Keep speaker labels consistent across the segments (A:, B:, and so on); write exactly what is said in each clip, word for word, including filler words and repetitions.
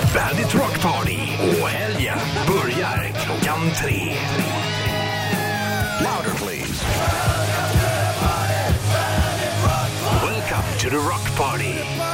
A: Bandit Rock Party och helgen börjar klockan tre. Louder please. Welcome to the Rock Party.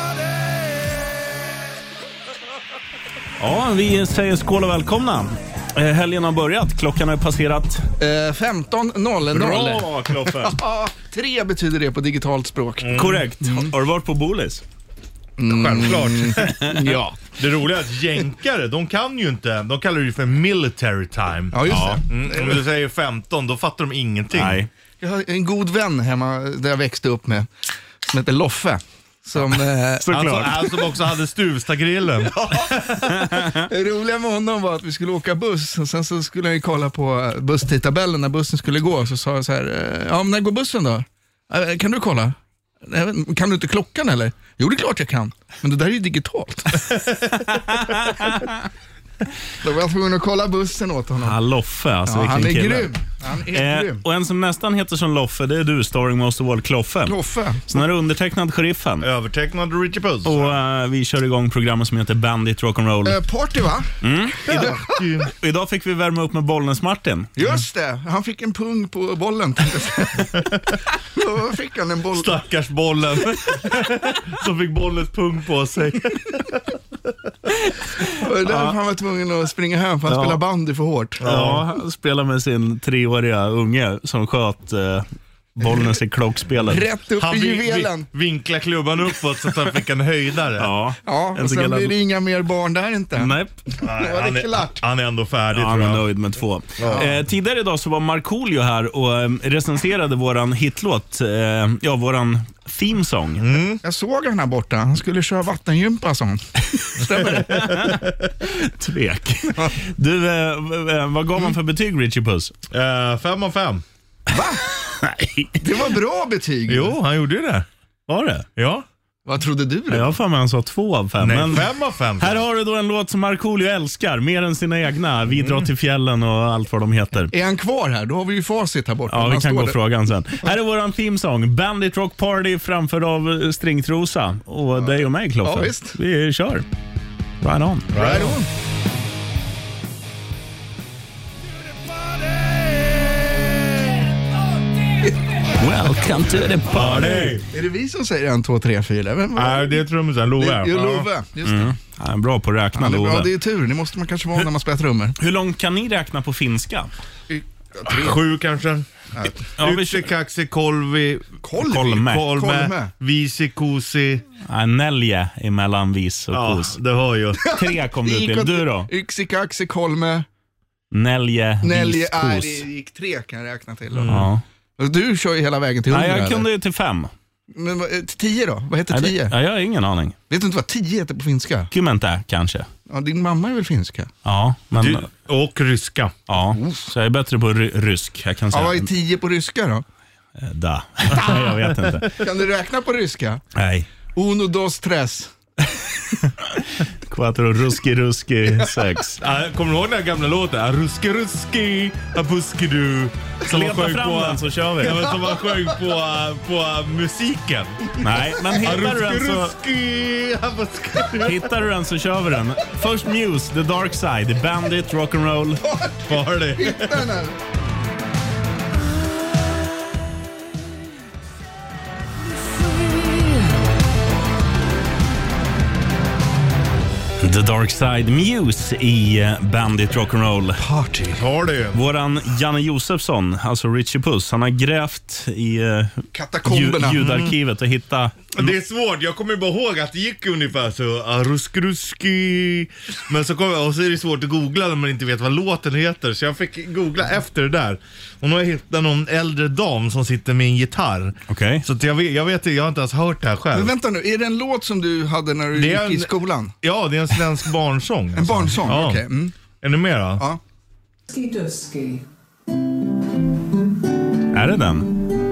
B: Ja, vi säger skål och välkomna. Eh, helgen har börjat, klockan har passerat
C: eh, femton noll noll.
B: Bra, Kloffe.
C: Tre betyder det på digitalt språk.
B: Mm. Korrekt. Mm. Har du varit på Bolis?
D: Mm. Självklart.
C: Ja.
D: Det roliga är att jänkare, de kan ju inte, de kallar det ju för military time.
C: Ja, just det.
D: Mm, om du säger femton, då fattar de ingenting.
B: Nej.
C: Jag har en god vän hemma där jag växte upp med, som heter Loffe. Som, eh,
B: Såklart.
D: Han som också hade Stuvstagrillen.
C: det roliga med honom var att vi skulle åka buss och sen så skulle jag kolla på busstidtabellen när bussen skulle gå. Så sa jag så här, eh, ja men när går bussen då? Eh, Kan du kolla? Kan du inte klockan eller? Jo, det är klart jag kan. Men det där är ju digitalt. Då var jag tvungen att kolla bussen åt honom.
B: Ja, Loffe, alltså,
C: Ja, han är
B: kille.
C: grym. Han är
B: Eh,
C: grym.
B: och en som nästan heter som Loffe, det är du, starring most of all, Kloffe.
C: Kloffe.
B: Sen är du undertecknad Sheriffen.
D: Övertecknad Richie Puss.
B: Och eh, vi kör igång programmet som heter Bandit Rock'n'Roll.
C: Eh, party va?
B: Mm. Idag,
D: Mm.
B: idag fick vi värma upp med Bollnäs Martin.
C: Just det, han fick en pung på bollen. Då fick han en boll.
D: Stackars bollen. Som fick bollens pung på sig.
C: Och därför ja. Han var tvungen att springa hem för att
B: Ja.
C: spela bandy för hårt.
B: Ja, han spelar med sin treåriga unge som sköt eh, Bollnäs i klockspelet.
C: Rätt upp
D: Han
C: i
D: vin-
C: juvelen.
D: vin- vinklar klubban uppåt så att han fick en höjdare.
B: Ja,
C: Ja,
B: en
C: och
B: så
C: sen
B: kallad-
C: blir det inga mer barn där inte.
B: Nej.
C: Då var
D: han,
C: det
D: är,
C: klart.
D: han är ändå färdig,
B: Ja, han
D: tror
B: är
D: jag.
B: nöjd med två. Eh, tidigare idag så var Markoolio här och eh, recenserade våran hitlåt, eh, ja, våran theme song.
D: Mm.
C: Jag såg han här borta. Han skulle köra vattengympa sån. Stämmer det?
B: Tvek. Du, eh, eh, vad gav man för betyg, Richie Puss?
D: Eh, fem av fem.
C: Va?
B: Nej.
C: Det var bra betyg.
D: Jo, han gjorde ju det.
B: Var det?
D: Ja.
C: Vad trodde du då?
B: Jag har för mig han sa två av fem.
D: Nej,
B: men
D: fem av fem.
B: här har du då en låt som Markoolio älskar, mer än sina egna. Vi drar till fjällen och allt vad de heter.
C: Är han kvar här? Då har vi ju facit här borta.
B: Ja,
C: Han
B: vi kan
C: står
B: gå
C: där.
B: frågan sen. Här är våran themesång, Bandit Rock Party, framför av Stringtrosa. Och dig och mig, Kloffe.
C: Ja, visst.
B: Vi kör. Right on.
C: Right on.
B: Welcome to the party.
C: Är det vi som säger en, två, tre, fyra? Vem var
D: Nej, det är trummisen, Love.
C: det? Jo, Love. Just det.
B: Mm. Han är bra på att räkna,
C: Han är bra,
B: Love.
C: det är tur. Det måste man kanske vara när man spelar trummor.
B: Hur långt kan ni räkna på finska?
D: Sju kanske.
B: Ja, vi
D: Yksi,
B: kör.
D: kaksi, kolvi,
C: Kolvi.
B: Kolme.
D: kolme,
C: Kolme.
D: visi, kusi.
B: Ja, Nelje emellan vis och
D: Ja,
B: kos.
D: det hör ju.
B: Tre kom du
C: Det gick
B: till.
C: åt-
B: Du då?
C: Yxi, kaxi, kolme.
B: Nelje,
C: Nelje,
B: vis,
C: nej,
B: kos.
C: det gick tre kan jag räkna till.
B: Ja.
C: Och du kör ju hela vägen till hundra.
B: Nej, jag
C: eller?
B: kunde ju till fem.
C: Men vad- till tio då? Vad heter
B: Ja, det,
C: tio?
B: ja, jag har ingen aning.
C: Vet du inte vad tio heter på finska?
B: Kymmentä kanske.
C: Ja, din mamma är väl finska?
B: Ja, men...
D: Du, och ryska.
B: Ja, så jag är bättre på ry- rysk. Jag kan
C: Ja,
B: säga.
C: vad är tio på ryska då?
B: Eh, Da. Nej, jag vet inte.
C: Kan du räkna på ryska?
B: Nej.
C: Uno, dos, tres.
B: Quattro ruski ruski sex.
D: Ah, kommer du ihåg den här gamla låten? Ah, ruski ruski, ah, buski du. Som man
B: Leta
D: sjöng
B: fram
D: på,
B: den så kör vi.
D: ja, men som man sjöng på, på musiken.
B: Nej, men
D: Ah,
B: hittar du
D: ruski
B: den så...
D: ruski, ah, buski du.
B: Hittar du den så kör vi den. Först Muse, The Dark Side, Bandit, Rock'n'Roll.
D: Var det?
C: Hitta den här.
B: The Dark Side, Muse i eh, Bandit Rock'n'Roll.
C: Party.
D: Var det?
B: Våran Janne Josefsson, alltså Richie Puss, han har grävt i eh, ju,
C: Katakomberna.
B: ljudarkivet och hittat...
D: Det är svårt, jag kommer bara ihåg att det gick ungefär så ah, ruski ruski. Men så, kom, och så är det svårt att googla när man inte vet vad låten heter. Så jag fick googla efter det där. Och nu har jag hittat någon äldre dam som sitter med en gitarr.
B: Okej.
D: Så att jag, vet, jag vet jag har inte ens hört det här själv.
C: Men vänta nu, är det en låt som du hade när du
D: Det är
C: gick i
D: en-
C: skolan?
D: Ja, det är en svensk barnsång.
C: En
D: alltså.
C: barnsång?
D: Ja.
C: Okej. Mm.
D: Är ni med då?
C: Ja.
E: Skiduski.
B: Är det den?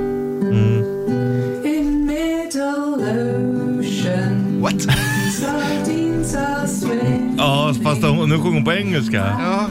E: In middle ocean.
C: What?
E: Sardines are swimming.
D: Ja, fast hon, nu sjunger hon på engelska.
C: Ja.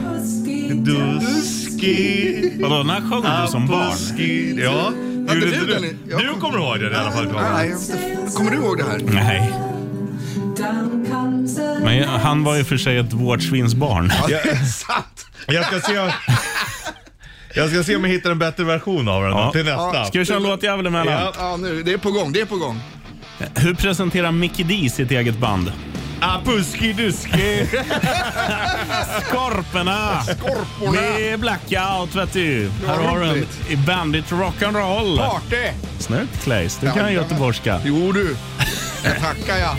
D: Duski.
B: Vadå, när sjöng du som barn?
D: Abuski. Ja.
C: Hade
D: Gjorde
C: du
D: inte
C: den
D: du,
C: i- jag
D: du
C: kom-
D: kommer ihåg den i alla fall.
C: Nej, jag inte- kommer du ihåg det här?
B: Nej.
E: Down comes the
B: Men han var ju för sig ett vårdsvinsbarn.
C: Ja, det är sant.
D: Jag ska se om, jag ska se om jag hittar en bättre version av den
B: Ja.
D: till nästa.
B: Ska vi köra en låtjävel emellan?
D: Ja.
C: Ja, nu, det är på gång, det är på gång.
B: Hur presenterar Mickey D sitt eget band?
D: Ah, puski duski.
B: Skorporna!
C: Skorporna!
B: Med Blackout, vet du. Här har du en
C: roligt.
B: i Bandit Rock'n'Roll.
C: Party!
B: Snyggt, Claes. Du
C: Ja,
B: kan
C: men-
B: göteborgska.
C: Jo du, det tackar jag.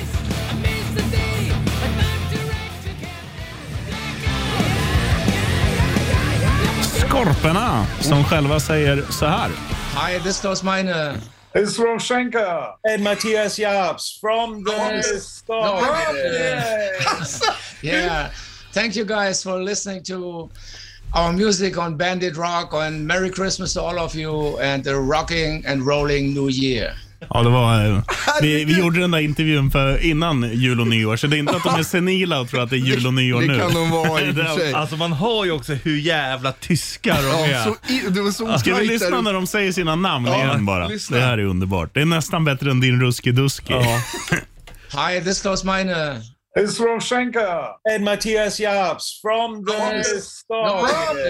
B: Skorporna, som själva säger så här.
F: Hi, this is meine.
G: It's from Schenker and Matthias Jabs from the store.
F: Yeah. Thank you guys for listening to our music on Bandit Rock, and Merry Christmas to all of you and a rocking and rolling new year.
B: Ja, det var, eh, vi, vi gjorde den där intervjun för innan jul och nyår, så det är inte att de är senila och tror att det är jul och nyår
C: Det
B: nu.
C: kan de vara i och för sig.
D: Alltså man hör ju också hur jävla tyskar de
C: Ja,
D: är.
C: så i, det var så
B: Ska vi
C: tajt
B: lyssna
C: där.
B: när de säger sina namn
C: Ja,
B: igen bara?
C: lyssna.
B: Det här är underbart. Det är nästan bättre än din ruski-duski.
D: Ja.
F: Hi, this is meine.
G: It's from Schenker and Matthias Jabs from the store.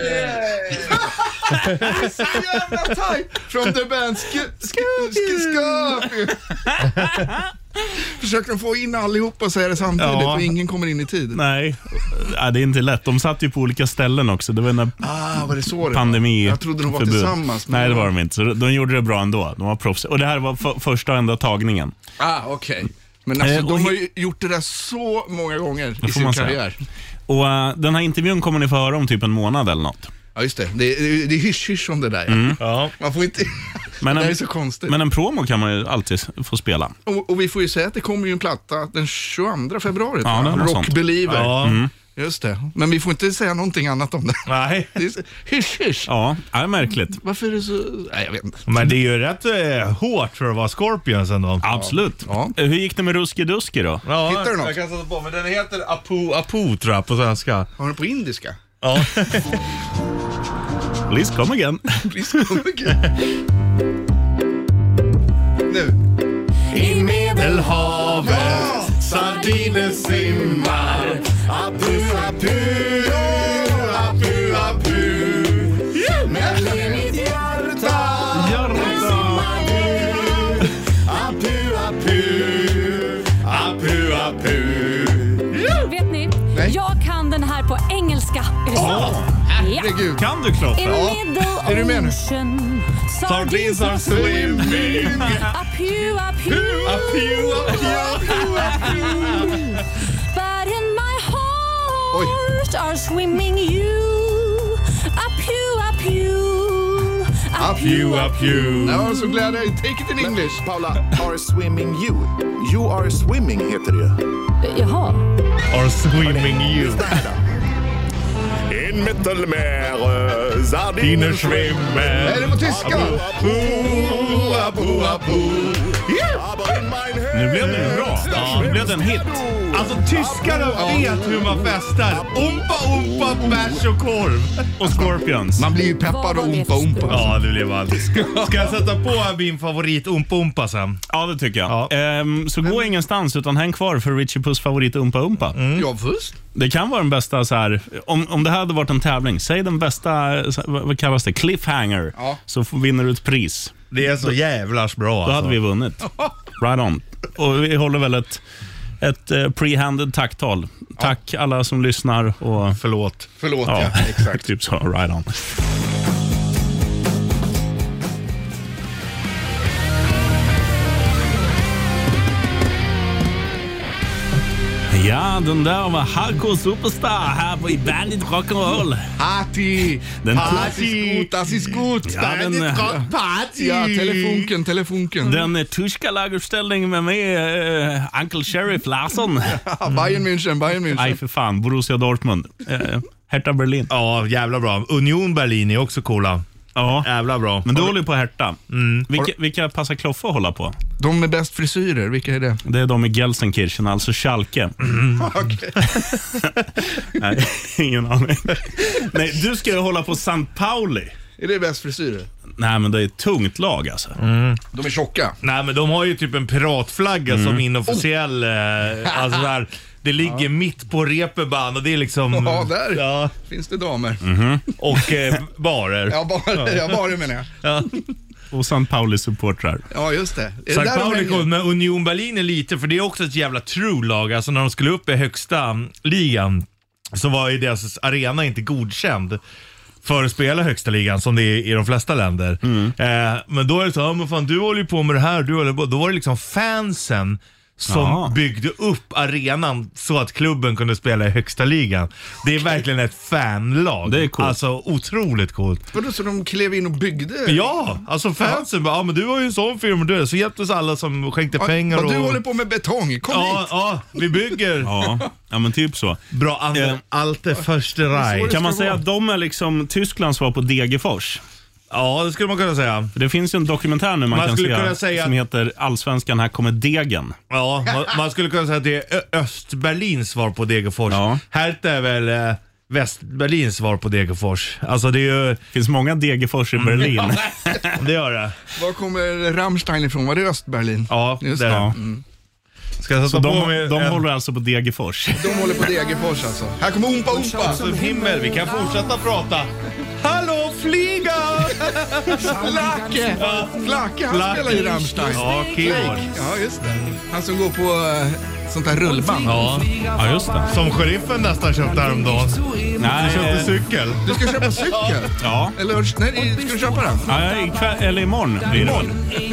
C: Så jävla tajt. From the band sk sk sk Försöker de få in allihopa och säga det samtidigt
B: Ja.
C: och ingen kommer in i tid.
B: Nej, ja, det är inte lätt. De satt ju på olika ställen också. Det var när
C: Ah, var det så det var?
B: pandemi.
C: Jag trodde de var
B: förbud.
C: tillsammans. men-
B: Nej, det var de inte. Så de gjorde det bra ändå. De var proffs. Och det här var f- första och enda tagningen.
C: Ah, okej. Okay. Men alltså,
B: Eh, och
C: de har
B: hi-
C: ju gjort det där så många gånger i
B: får
C: sin
B: man säga.
C: karriär.
B: Och uh, den här intervjun kommer ni få höra om typ en månad eller något.
C: Ja, just det. Det är, det är hysch-hysch om det där.
B: Mm.
D: Ja.
C: Man får inte...
B: Men
C: det där
B: en,
C: är så konstigt.
B: men en promo kan man ju alltid få spela.
C: Och, och vi får ju säga att det kommer ju en platta den tjugoandra februari.
B: Ja,
C: tror jag.
B: det är något
C: Rock
B: sånt.
C: Believer.
D: Ja.
C: Just det. Men vi får inte säga någonting annat om det.
D: Nej.
C: Det är så- hysch-hysch.
B: Ja, det är märkligt.
C: Varför är det så... Nej, jag vet inte.
D: Men det är ju rätt eh, hårt för att vara Scorpions ändå.
B: Absolut.
C: Ja.
B: Eh, Hur gick det med Ruski Duski då?
D: Ja,
C: Hittar du något?
D: jag kan sätta på, men den heter Apu Apu tror jag på svenska.
C: Har du på indiska?
D: Ja.
B: Please come again.
C: Please come again. Nu.
A: I Medelhavet sardiner simmar. Apu, apu, apu, apu. Men i mitt hjärta simmar du. Apu, apu, apu, apu.
H: Vet ni?
C: Nej.
H: Jag kan den här på engelska. Är det sant?
C: Herregud.
B: Kan du Kloffe?
H: In middle
C: Är du med nu?
H: ocean,
D: Sardines are swimming.
H: Up you, up you.
D: Apu, apu, apu.
H: But in my heart are swimming you. Up you, up you.
C: Up
D: You, up you.
C: Jag var så glad. Take it in English.
I: Paula, are swimming you. You are swimming heter det ju.
H: Jaha.
D: Are swimming you.
I: In Mittelmeer,
D: Diner schwimmen.
C: Är det på tyska?
D: Apu, apu, apu.
I: Aber in mein Herz.
B: Nu blev det bra. Ja, nu blev det en hit.
D: Alltså tyskarna vet hur man festar. Umpa, umpa, bärs och korv.
B: Och Scorpions.
C: Man blir ju peppad och umpa umpa.
D: Ja, det blev allt. Ska jag sätta på min favorit Umpa Umpa sen?
B: Ja, det tycker jag.
D: Ja.
B: Ehm, så gå ingenstans utan häng kvar för Richie Puss favorit Umpa Umpa.
C: Ja, först.
B: Det kan vara den bästa så här. Om, om det här hade varit en tävling, säg den bästa, så- vad, vad kallas det? Cliffhanger.
C: Ja.
B: Så får- vinner du ett pris.
D: Det är så jävlars bra
B: Då
D: alltså.
B: hade vi vunnit. Right on. Och vi håller väl ett, ett eh, pre-handed tacktal. Tack alla som lyssnar. Och,
D: Förlåt.
C: Förlåt,
B: ja,
C: ja. Exakt.
B: typ så. Right on. Ja, den där var Hardcore Superstar här på i Bandit Rock'n'Roll.
C: Party!
B: Den-
C: Das ist gut, das ist gut.
B: Ja, den, eh,
D: Party!
C: Ja, telefonken, telefonken.
B: Den eh, tyska laguppställningen med mig, eh, Uncle Sheriff Larsson.
C: Ja, Bayern München, Bayern
B: Nej,
C: München.
B: för fan. Borussia Dortmund. Eh, Hertha Berlin.
D: Ja, jävla bra. Union Berlin är också coola.
B: Ja.
D: Jävla bra.
B: Men du håller ju på Hertha.
C: Mm.
B: Vilka, vilka passar Kloffe att hålla på?
C: De med bäst frisyrer, vilka är det?
B: Det är de i Gelsenkirchen, alltså Schalke.
C: Okej.
B: Nej, ingen aning. Nej, du ska ju hålla på Sankt Pauli.
C: Är det bäst frisyrer?
B: Nej, men det är ett tungt lag alltså.
C: De är tjocka.
D: Nej, men de har ju typ en piratflagga som inofficiell, eh, alltså där Det ligger ja. mitt på Reeperbahn och det är liksom...
C: Ja, där
D: ja.
C: finns det damer.
B: Mm-hmm.
D: Och eh, barer.
C: Ja, barer, ja, barer menar jag.
D: Ja.
B: Och Sankt Pauli-supportrar.
C: Ja, just det. det
D: Sankt Pauli kom med Union Berlin är lite, för det är också ett jävla true-lag. Alltså när de skulle upp i högsta ligan så var ju deras arena inte godkänd för att spela högsta ligan som det är i de flesta länder. Mm. Eh, men då är det så, ja, men fan, du håller ju på med det här, du håller på. Då var det liksom fansen som Aha. byggde upp arenan så att klubben kunde spela i högsta ligan. Det är verkligen ett fanlag.
B: Det är coolt.
D: Alltså otroligt coolt.
C: Vadå, så de klev in och byggde?
D: Ja, alltså fansen bara, ja men du har ju en sån firma, du. Så hjälpte oss alla som skänkte ja, pengar.
C: Och
D: och
C: du håller på med betong, kom
D: ja,
C: hit.
D: Ja, vi bygger.
B: Ja, ja men typ så.
D: Bra, andra, eh, allt är första raj.
B: Kan man säga vara. Att de är liksom Tysklands svar på Degerfors?
D: Ja, det skulle man kunna säga.
B: Det finns ju en dokumentär nu man, man kan se kunna säga som heter Allsvenskan, här kommer degen.
D: Ja, man, man skulle kunna säga att det är Östberlins svar på Degerfors. Ja. Härta är väl eh, Västberlins svar på Degerfors. Alltså det är ju...
B: finns många Degerfors i Berlin.
D: Det gör det.
C: Var kommer Rammstein ifrån? Var det Östberlin?
D: Ja,
C: just
D: det är det.
B: Ja. Mm.
D: Ska
B: så de, de en... håller alltså på Degerfors.
C: De håller på Degerfors alltså. Här kommer Oompa Oompa.
D: Som himmel, vi kan fortsätta prata. Hallå flyga!
C: Flacke! Ja. Flacke, han Flacke. Spelar i Rammstein.
D: Ja, keyboard.
C: Ja, just det. Han som går på uh, sånt här rullband.
D: Ja.
B: Ja, just det.
D: Som sheriffen nästan köpte häromdagen.
B: Nej,
D: du köpte cykel.
C: Du ska köpa cykel?
B: Ja.
C: Eller nej, ska du köpa den?
B: Ja, ikväll, eller imorgon blir det.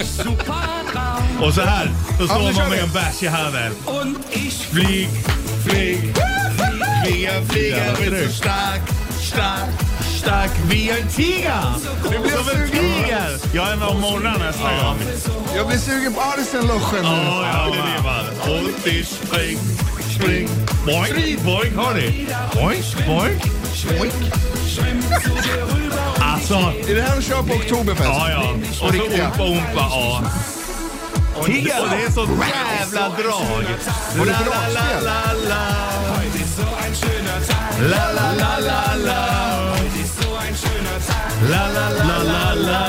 D: Och så här, då står ja, man med en bärs i handen. Flyg, flyg, flyga, flyga, blir så stark, stark, stark. Vi är en tiger. Det blir som en tiger.
B: Jag är någon morgon nästa ja. gång.
C: Jag blir sugen på Arsenlochen nu.
D: Ja, ja, det blir man. Och det spring, spring. Boink, boink, har ni? Boink, boink, boink. Alltså.
C: Är det här du kör på Oktoberfest?
D: Ja, ja. Och så ompa, ompa, ja. Tiger. Och det är så jävla drag.
C: Och det är dragspel.
D: La la la la la. La la la la la.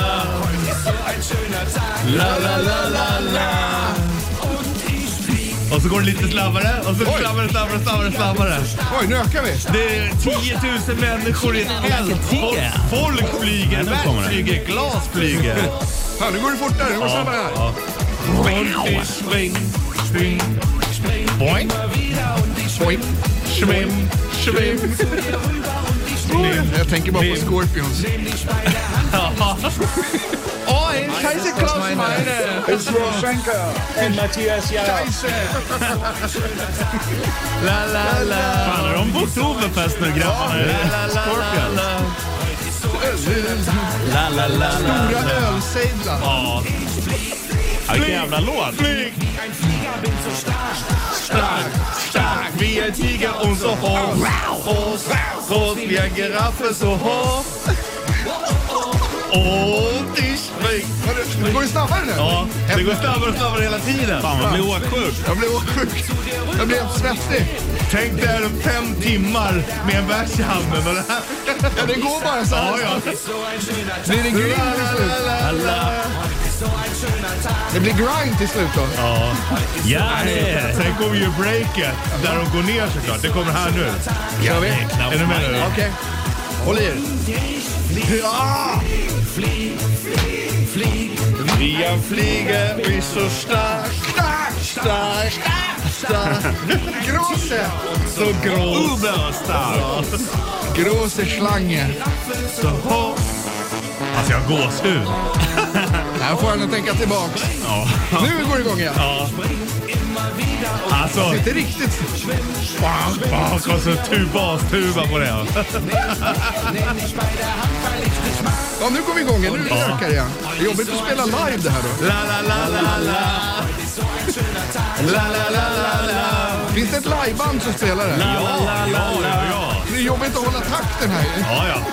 D: La la la la la. Och så går det lite snabbare. Och så snabbare, snabbare, snabbare, snabbare.
C: Oj, nu ökar vi.
D: Det är tio tusen människor i ett fält. Folk flyger, värld flyger, glas flyger.
C: Ja, nu går det fortare. Nu går det snabbare här.
D: Ja. Boink, swing, swing, boink, boink, swim, swim.
C: Jag tänker bara på Scorpions.
D: Oj, Kaiser Klaus Meine.
G: It's Roshenka and Matthias Japs.
D: La la la.
B: Fan, är de på Oktoberfest nu, grabbarna?
D: Scorpions.
C: La la la. Stora ölsejdlar.
D: Ja.
B: Vilken jävla låt.
D: Flyg. Stark, stark. Vi är tiger och så hårt. Hårt, vi är giraffer så hårt. Och det spring.
C: Går det snabbare nu?
D: Ja, det går snabbare och snabbare hela tiden.
B: Fan, man blir åksjuk.
C: Jag blir åksjuk. Jag blir helt svettig.
D: Tänk dig fem timmar med en bärs i handen och det här.
C: Ja, det går bara så här.
D: Ja, ja.
C: Blir det grind till slut? Det blir grind till slut då.
D: Ja.
B: Ja,
D: sen kommer ju breaket där de går ner såklart. Det kommer här nu.
C: Kör vi?
D: Är du med nu?
C: Okej. Okay. Håll i er.
D: Ja! Vi är flyger, vi är så stark, stark, stark, stark.
C: Große.
D: Så groß.
B: Uberstark.
C: Große Schlange.
D: Så hårt. Alltså jag har gåshud.
C: Här får jag nog tänka tillbaks.
B: Ja.
C: Nu går det igång igen.
D: Ja. Alltså.
C: Det är inte riktigt.
D: Fan, fan, och så tuba, tuba på det.
C: Ja, nu går vi igång igen. Nu ökar det igen. Det är jobbigt att spela live det här då.
D: La la la la la. La la la la la.
C: Finns det ett liveband som spelar det?
D: Ja, ja, ja, ja.
C: Det är jobbigt att hålla takten här.
D: Ja, ja.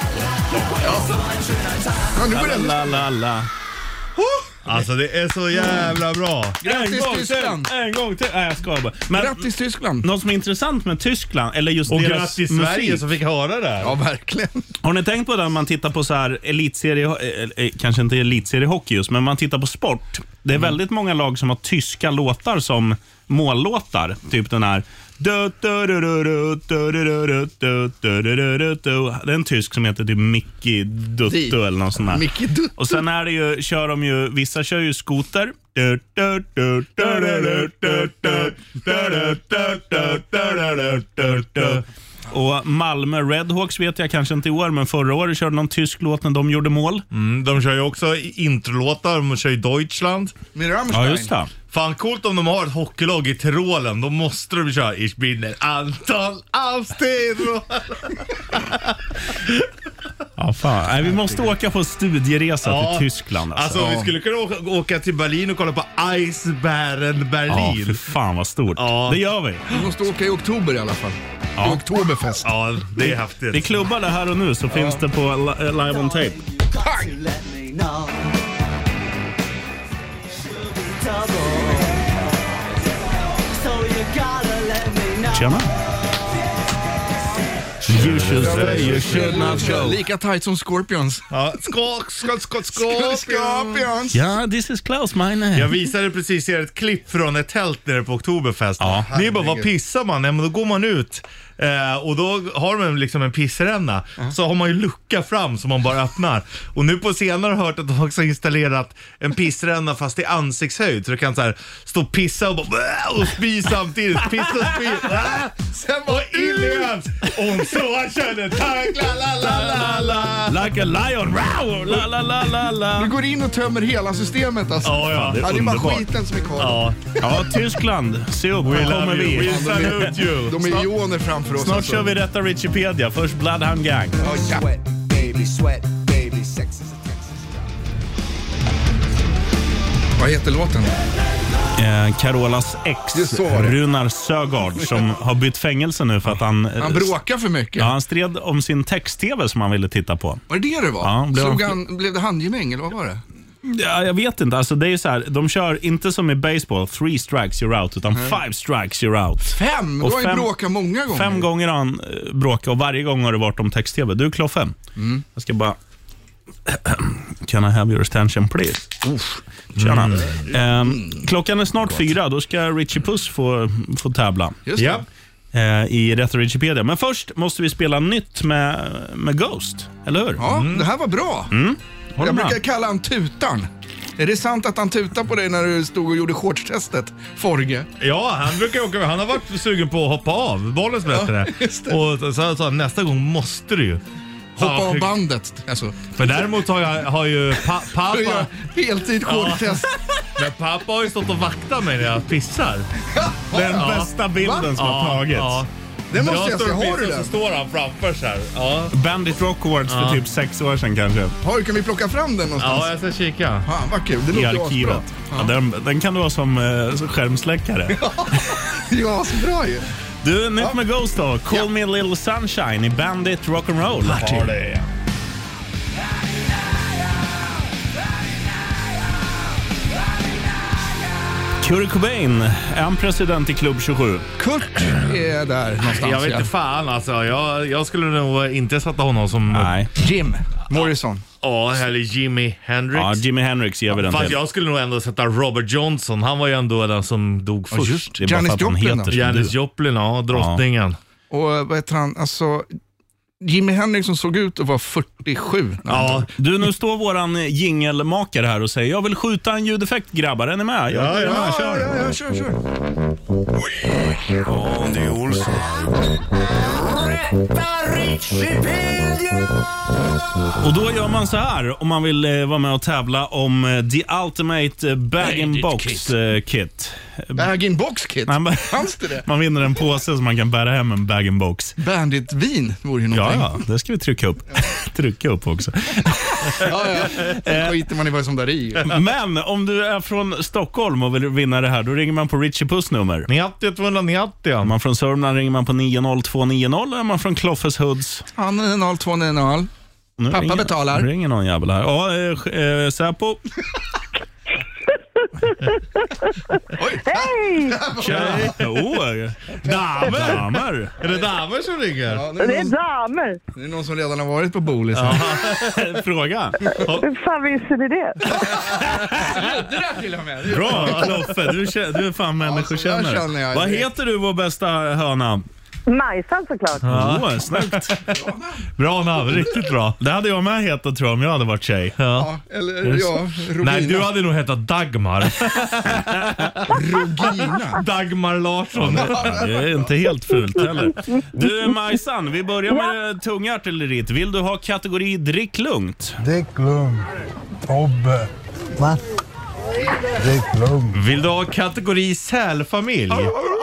C: Ja, nu börjar det.
B: La la la.
D: Alltså det är så jävla bra.
C: Grattis Tyskland.
B: En gång till. Nej, jag ska bara. Men
C: grattis Tyskland.
B: Något som är intressant med Tyskland, eller just
D: och
B: deras
D: grattis
B: musik.
D: Sverige som fick höra det.
C: Ja, verkligen.
B: Har ni tänkt på det när man tittar på så här elitserie, eh, kanske inte elitseriehockey just, men man tittar på sport. Det är mm. väldigt många lag som har tyska låtar som mållåtar. Typ den här Du, du, du, du, du, du, du, du, du, du, du, du, du. Det är en tysk som heter typ Mickey Dutto eller något sånt där.
C: Mickey Dutto.
B: Och sen är det ju, kör de ju, vissa kör ju skoter. Du, du, du, du, du, du, du, du, du, du, du, du. Och Malmö Redhawks vet jag kanske inte i år, men förra året körde någon tysk låt när de gjorde mål.
D: Mm, de kör ju också introlåtar, de kör ju Deutschland.
C: Med Rammstein.
B: Ja, just det.
D: Fan coolt om de har ett hockeylag i Tirolen, då måste de köra Ich bin ein Anton aus Tirol.
B: Ja, fan. Nej, vi måste åka på studieresa
D: Ja.
B: till Tyskland. Alltså,
D: Alltså vi skulle kunna åka, åka till Berlin och kolla på Eisbären
B: ja,
D: Berlin.
B: för fan vad stort.
D: Ja.
B: Det gör vi.
C: Vi måste åka i oktober i alla fall.
B: Ja.
C: I Oktoberfest.
D: Ja, det är häftigt.
B: Vi klubbar det här och nu så finns det på li- Live on Tape. Tjena. You should say you should not go.
C: Lika tight som Scorpions.
D: Ja, skåk, skåk, skåk, skåk.
C: Scorpions.
B: Ja, this is close, my name.
D: Jag visade precis er ett klipp från ett tält nere på Oktoberfest.
B: Ja.
D: Ni bara, vad pissar man? Ja, men då går man ut eh, och då har de liksom en pissränna. Så har man ju lucka fram som man bara öppnar. Och nu på senare har jag hört att de också har installerat en pissränna fast i ansiktshöjd. Så du kan så här stå och pissa och bara och spy samtidigt. Pissa och spy. Sen var in igen. Och så känner tack, la la la la la.
B: Like a lion, row, la la la la la.
C: Vi går in och tömmer hela systemet alltså.
D: Ja, ja.
B: Det är
C: Ja, det är bara
B: underbart.
C: skiten som är kvar.
D: Ja.
B: Ja, Tyskland, se upp, här kommer vi.
D: We salute you.
C: De är ioner framför oss.
B: Snart
C: alltså.
B: kör vi rätta Wikipedia. Först Bloodhound Gang.
C: Ja, ja.
I: Baby sweat, baby sex is a Texas.
C: Vad heter låten?
B: Eh, Carolas ex,
C: Det så var det.
B: Runar Sögaard, som har bytt fängelse nu för att han... eh,
C: Han bråkar för mycket.
B: Ja, han stred om sin text-tv som han ville titta på.
C: Var det det det var?
B: Ja, blev
C: Slog
B: han-
C: han, blev det handgemäng eller vad var det?
B: Ja, jag vet inte. Alltså, det är ju så här, de kör inte som i baseball, three strikes you're out, utan five strikes you're out.
C: Fem?
B: Och
C: Då har ju
B: fem-
C: bråkat många gånger.
B: Fem gånger har han eh, bråkat och varje gång har det varit om text-tv. Du, Kloffe.
C: Mm.
B: Jag ska bara... Can I have your attention please? Uff. Tjena. Ehm, klockan är snart fyra. Då ska Richie Puss få, få tävla
C: Just det.
D: Ja.
B: eh, i Rätt Wikipedia. Men först måste vi spela nytt med, med Ghost. Eller hur?
C: Ja, det här var bra.
B: Håller
C: Jag
B: med.
C: brukar kalla han tutan. Är det sant att han tutade på dig när du stod och gjorde shortstestet, Forge?
D: Ja, han brukar åka. Han har varit sugen på att hoppa av. Bollen bättre.
C: Ja, just det.
D: Och så sa han, nästa gång måste du ju
C: Hoppa
D: Ja,
C: av bandet. Alltså,
D: Men däremot har, jag, har ju pa,
C: du
D: pappa...
C: gör heltid shorttest.
D: Men pappa har ju stått och vaktat mig när jag pissar.
B: Den
D: Ja.
B: bästa bilden som har
D: Ja,
B: tagits.
D: ja.
C: Det måste jag
D: står
C: se.
D: och
C: Har du
D: pissar
C: den?
D: så står han framför så här. Ja,
B: Bandit Rock Awards för
D: Ja.
B: typ sex år sedan kanske.
C: Har du, kan vi plocka fram den någonstans?
D: ja jag ska kika.
C: Fan vad kul, det
B: I
C: låter
B: arkivet.
C: asbra.
B: Ja, den, den kan du ha som eh, som skärmsläckare.
C: Ja, så bra ju.
B: Du, nytt med Ghost då. Call
C: Ja.
B: Me A Little Sunshine i Bandit Rock'n'Roll.
D: Har det.
B: Kurt Cobain, är han president i Klubb tjugosju?
C: Kurt är där någonstans.
D: Jag vet
C: ja.
D: inte fan alltså. Jag, jag skulle nog inte sätta honom som...
B: Nej.
C: Jim Morrison.
D: Ja, eller Jimi Hendrix.
B: Ja, Jimi Hendrix ger vi den
D: Fast
B: till.
D: jag skulle nog ändå sätta Robert Johnson. Han var ju ändå den som dog
C: Ja,
D: först.
C: just
B: Det är bara
C: Janis
B: för att han
C: Joplin
B: heter
C: då?
B: som
D: Janis
B: du.
D: Joplin, ja. Drottningen.
C: Och vad heter han? Alltså, Jimi Hendrix som såg ut att vara fyrtiosju.
D: Ja.
B: Du, nu står våran jingelmakare här och säger jag vill skjuta en ljudeffekt, grabbar. Är ni med?
D: Ja, ja,
C: Ja,
B: kör.
C: ja, ja, kör, kör.
A: Andy Olsson.
B: Och då gör man så här om man vill eh, vara med och tävla om eh, The Ultimate Bag-in-Box eh, Kit.
C: Bag-in-box kit.
B: Nej, men-
C: Fanns det det?
B: Man vinner en påse så man kan bära hem en bag-in-box.
C: Bandit-vin vore ju
B: Ja,
C: någonting.
B: ja, det ska vi trycka upp. trycka upp också.
C: ja, ja. Sen skiter man i vad som där i.
B: Men om du är från Stockholm och vill vinna det här, då ringer man på Richie Puss nummer.
D: nittio tvåhundranittio.
B: Är man från Sörmland ringer man på nio noll två nio noll. Är man från Kloffes Hoods?
C: Ja, nio noll två nio noll.
B: Nu
C: Pappa
B: ringer,
C: betalar.
B: Nu ringer någon jävel här. Ja, eh, eh, Säpo.
J: Hej!
B: Tjej. Oh,
D: Damer!
B: damer.
D: Är det damer som ringer?
C: Ja,
J: Det
C: det, är
J: är
C: någon,
J: damer.
C: det är någon som redan har varit på Bolis.
B: Fråga.
J: Hur fan visste ni det?
C: Det där till och med.
B: Bra, Kloffe. Du, kä- du är fan människokännare.
C: så där känner jag.
B: Vad heter du, vår bästa höna?
J: Majsan såklart.
B: Ja. Oh, snyggt.
D: Bra namn, riktigt bra.
B: Det hade jag med hetat, tror jag, om jag hade varit tjej.
C: Ja, eller ja, Rogina.
D: Nej, du hade nog hetat Dagmar.
C: Rogina.
D: Dagmar Larsson.
B: Det är inte helt fult heller. Du, Majsan, vi börjar med det tunga artilleriet. Vill du ha kategori drick lugnt?
K: Drick lugnt. Tobbe. Va? Drick lugnt.
D: Vill du ha kategori sälfamilj?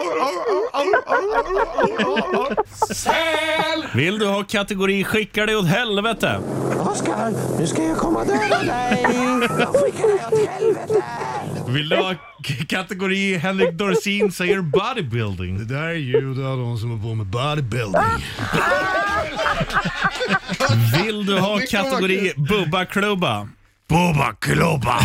B: Vill du ha kategori skickar dig åt helvete?
K: Oskar, nu ska jag komma och döda dig. Jag skickar dig åt helvete.
D: Vill du ha k- kategori Henrik Dorsin säger bodybuilding?
K: Det där är ljud av de som är på med bodybuilding.
B: Vill du ha kategori bubba klubba?
D: Bubba klubba.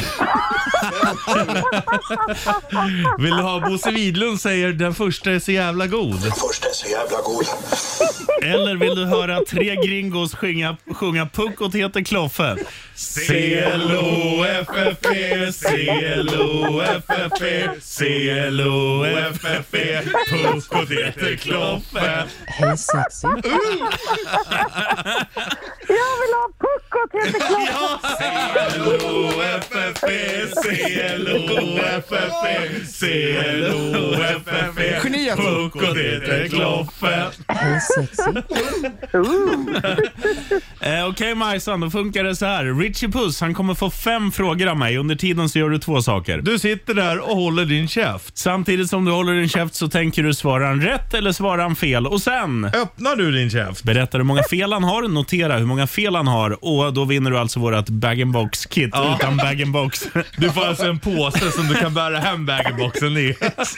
D: Vill du ha Bosse Widlund säger den första är så jävla god?
K: Den första är så jävla god.
B: Eller vill du höra tre gringos sjunga, sjunga Puckot heter Kloffe?
D: C L O F F E, C L O F F E, C L O F F E, Puckot heter Kloffe.
H: Hej sexy.
J: Jag vill ha puckot heter klart.
D: C L O F F E, C L O F F E, C L O F F E,
C: Geniet.
D: Puckot heter Kloffe.
H: Hej sexy.
B: Eh, Okej okay, Majsan, då funkar det så här. Richie Puss, han kommer få fem frågor av mig. Under tiden så gör du två saker.
D: Du sitter där och håller din käft.
B: Samtidigt som du håller din käft så tänker du, svarar han rätt eller svarar han fel? Och sen
D: Öppnar du din käft?
B: berättar hur många fel han har, notera hur många fel han har, och då vinner du alltså vårat bag-and-box-kit
D: Ja.
B: utan bag-and-box.
D: Du får alltså en påse som du kan bära hem bag-in-boxen i.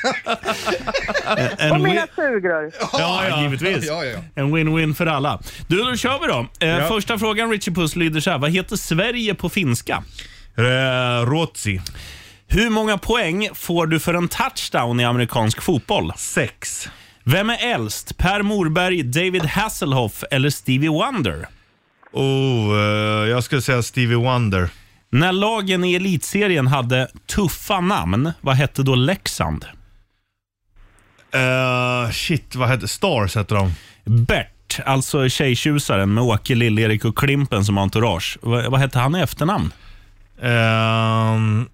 B: En
J: Och
B: win-
J: mina sugrör.
B: Ja, ja, givetvis.
C: Ja, ja, ja.
B: En win-win för alla. Du, då kör vi då. Eh,
D: Ja.
B: Första frågan, Richie Puss, lyder så här. Vad heter Sverige på finska?
D: Eh, Rotsi.
B: Hur många poäng får du för en touchdown i amerikansk fotboll?
D: Sex.
B: Vem är äldst? Per Morberg, David Hasselhoff eller Stevie Wonder?
D: Oh, eh, jag skulle säga Stevie Wonder.
B: När lagen i elitserien hade tuffa namn, vad hette då Leksand?
D: Uh, shit, vad heter Stars heter de?
B: Bert, alltså tjejtjusaren med Åke, Lill-Erik och Klimpen som entourage. Va, vad hette han i efternamn?
D: Um,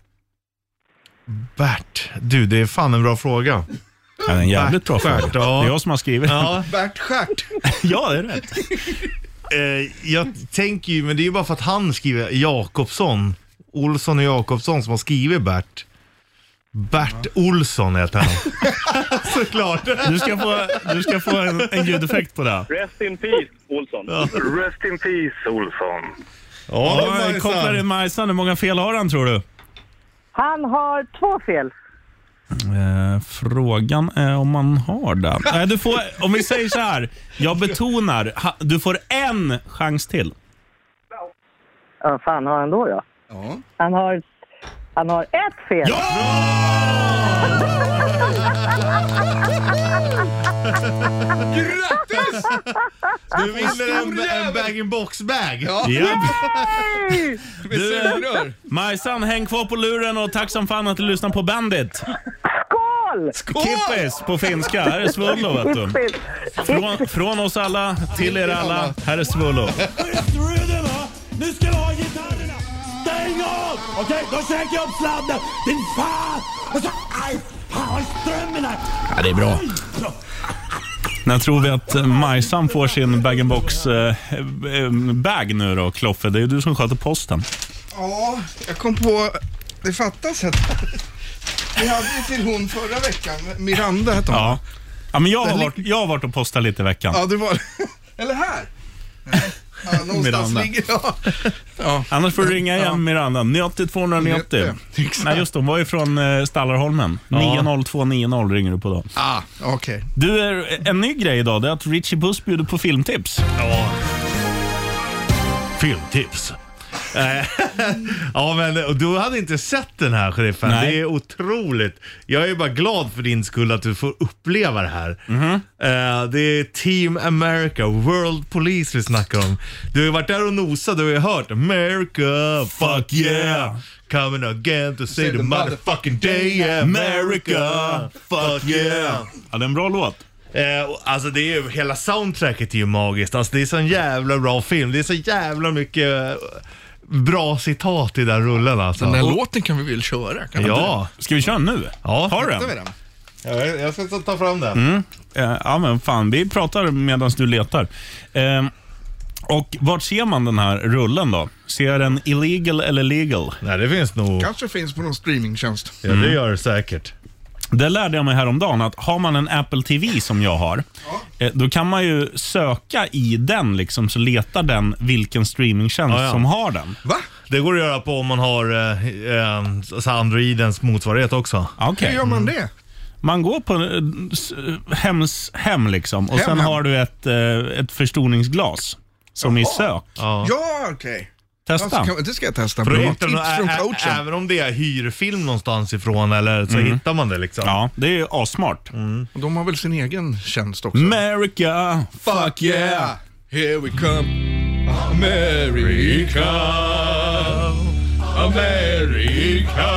D: Bert. Du, det är fan en bra fråga.
B: Ja, en jävligt bra
D: Bert,
B: fråga.
D: Bert, ja.
B: Det är jag som har skrivit.
D: Ja,
C: Bert Stjärt.
B: Ja, det är rätt.
D: eh, jag tänker ju, men det är ju bara för att han skriver Jakobsson. Olsson och Jakobsson som har skrivit Bert. Bert Olsson heter han. Såklart.
B: Du ska få, du ska få en, en ljudeffekt på det.
L: Rest in peace, Olsson. Rest in peace, Olsson.
B: Ja,
D: Ja,
B: jag kopplar in Majsan. Hur många fel har han, tror du?
J: Han har två fel.
B: Eh, frågan är om man har det. Nej, du får, om vi säger så här. Jag betonar, ha, du får en chans till.
J: Ja, fan har han då då?
C: Ja.
J: Han har, han har ett fel.
C: Grattis!
D: Du vinner en, en bag-in-box-bag.
C: Ja.
B: Ja.
J: Hej!
C: Med sugrör.
B: Majsan, häng kvar på luren och tack som fan att du lyssnar på Bandit.
J: Skål!
C: Skål!
B: Kippis på finska. Här är Svullo, vet du. Från, från oss alla till er alla. Här är Svullo.
M: Nu ska vi ha gitarrerna! Stäng av! Okej, då käkar jag upp sladden! Din fan! Och så, aj, fan, strömmen här!
B: Ja, det är bra. När tror vi att Majsan får sin bag-and-box eh, bag nu då, Kloffe? Det är du som sköter posten.
C: Ja, jag kom på... Det fattas ett. Vi hade ju till hon förra veckan. Miranda hette hon.
B: Ja. Ja, men jag har, varit, jag har varit och postat lite i veckan.
C: Ja, det var... Eller här. Ja, någonstans
B: Miranda.
C: ligger jag. Ja.
B: Annars får du ringa igen,
C: Ja.
B: Miranda. nittio tvåhundranittio. Nej, just det. Hon var ju från eh, Stallarholmen.
D: Ja.
B: nio noll två nio noll ringer du på då.
C: Ah, okej. Okay.
B: Du, är en ny grej idag, det är att Richie Puss bjuder på filmtips.
D: Ja. Filmtips. Ja, men och du hade inte sett den här, sheriffen.
B: Nej.
D: Det är otroligt. Jag är bara glad för din skull att du får uppleva det här.
B: Mm-hmm.
D: Uh, det är Team America, World Police vi snackar om. Du har ju varit där och nosat, du har ju hört America, fuck yeah. Coming again to say the motherfucking day, America, fuck yeah.
B: Ja, det är en bra låt.
D: Eh, alltså det är ju, hela soundtracket är ju magiskt. Alltså det är så en jävla bra film. Det är så jävla mycket eh, bra citat i den rullen alltså.
C: Den där
D: och,
C: låten kan vi väl köra? Kan
D: ja.
B: Ska vi köra nu?
D: Ja.
B: Har du den?
C: den?
D: Ja, jag ska ta fram den.
B: Mm. Eh, ja men fan, vi pratar medan du letar. Eh, och vart ser man den här rullen då? Ser jag den illegal eller legal?
D: Nej, det finns nog.
C: Kanske finns på någon streamingtjänst.
D: Ja, det gör det säkert.
B: Det lärde jag mig häromdagen att har man en Apple T V som jag har, ja. eh, då kan man ju söka i den liksom, så letar den vilken streamingtjänst ja, ja. som har den.
C: Va?
D: Det går att göra på om man har eh, eh, Androidens motsvarighet också.
B: Okay.
C: Hur gör man det?
B: Man går på eh, hems hem liksom och hem, sen hem. har du ett, eh, ett förstoringsglas som Jaha. i sök.
C: Ja, ja okej. Okay.
B: Testa.
C: Alltså, kan, det ska jag testa.
D: För
C: Bra tips
D: ä-
C: från
D: ä-
C: coachen.
D: Även om det är hyrfilm någonstans ifrån eller så
B: Mm.
D: hittar man det liksom.
B: Ja, det är assmart.
C: Mm. Och de har väl sin egen tjänst också.
B: America, fuck yeah.
C: Here we come. America.
D: America.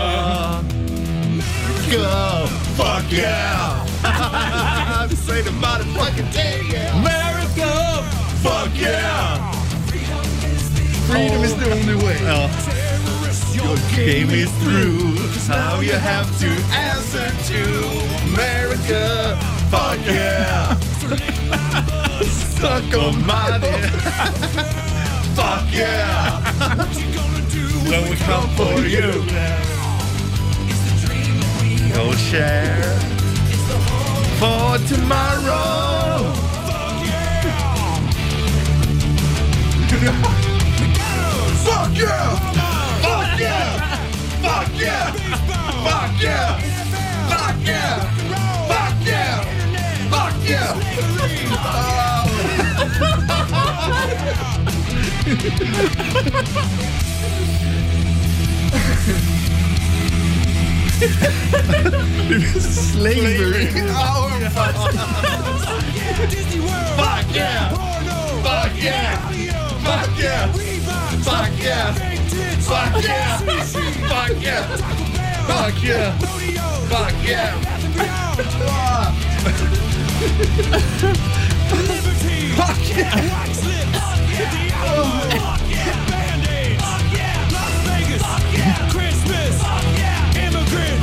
D: Go, fuck yeah. Say the motherfucking day, yeah. America, fuck yeah.
C: Freedom is the only way.
D: Ja. Your game is through. Now you have to answer to America. Fuck yeah. Suck on my dick. Fuck yeah. When we come for you. Go share for tomorrow. Fuck yeah! Fuck yeah! Fuck yeah! Fuck yeah! Fuck yeah! Fuck yeah! Fuck yeah! Slavery! Fuck yeah! Fuck yeah! Fuck yeah! Fuck yeah! Fuck yeah! Fuck yeah! Fuck yeah! Fuck yeah! Fuck yeah! Christmas! Immigrants!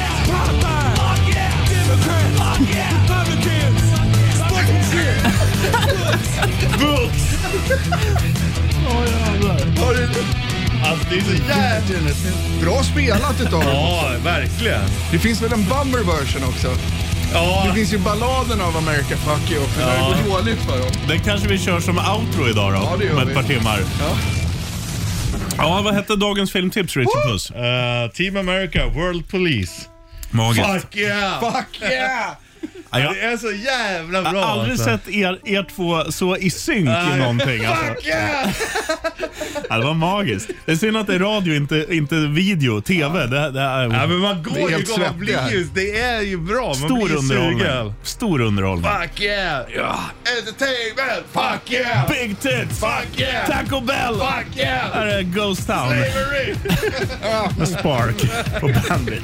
D: Books! Åh jävlar. Alltså det är så jävla
C: bra spelat utav dem.
D: Ja, verkligen.
C: Det finns väl en bummer version också.
D: Ja.
C: Det finns ju balladen av America Fuck You också. Ja. Det går dåligt för dem.
B: Den kanske vi kör som outro idag då.
C: Ja, det gör
B: om ett
C: vi.
B: par timmar.
C: Ja.
B: Ja, vad hette dagens filmtips, Richard Puss?
D: Uh, Team America, World Police.
B: Magiskt.
D: Fuck yeah!
C: Fuck yeah!
B: Ja, ja.
D: Det är så jävla bra.
B: Jag har aldrig
D: alltså.
B: sett er, er två så i synk i någonting. Alltså.
D: Fuck yeah!
B: Ja, det var magiskt. Det är synd att det är radio, inte, inte video, tv. Det, det är,
D: ja, men man går ju igång och blir ju, det är ju bra. Man
B: Stor
D: blir
B: underhållning.
D: sugen.
B: Stor underhållning.
D: Fuck yeah! Ja. Entertainment! Fuck yeah!
B: Big tits!
D: Fuck yeah!
B: Taco Bell!
D: Fuck yeah!
B: Här är Ghost Town.
D: Slavery!
B: Med Spark och Bandit.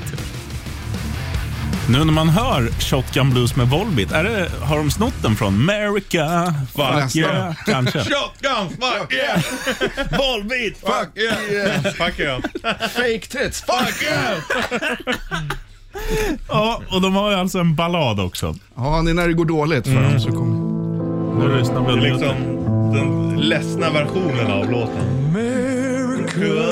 B: Nu när man hör Shotgun Blues med Volbeat, är det, har de snott den från America? Fuck
C: Nästan.
B: yeah, kanske.
D: Shotgun! Fuck yeah!
B: Volbeat!
D: Fuck yeah! Fuck yeah!
C: Fake tits!
D: Fuck yeah!
B: Ja, och de har ju alltså en ballad också.
C: Ja, det är när det går dåligt för
B: Mm.
C: dem så kommer...
B: Nu lyssnar vi
D: Det är liksom den ledsna versionen av låten. America!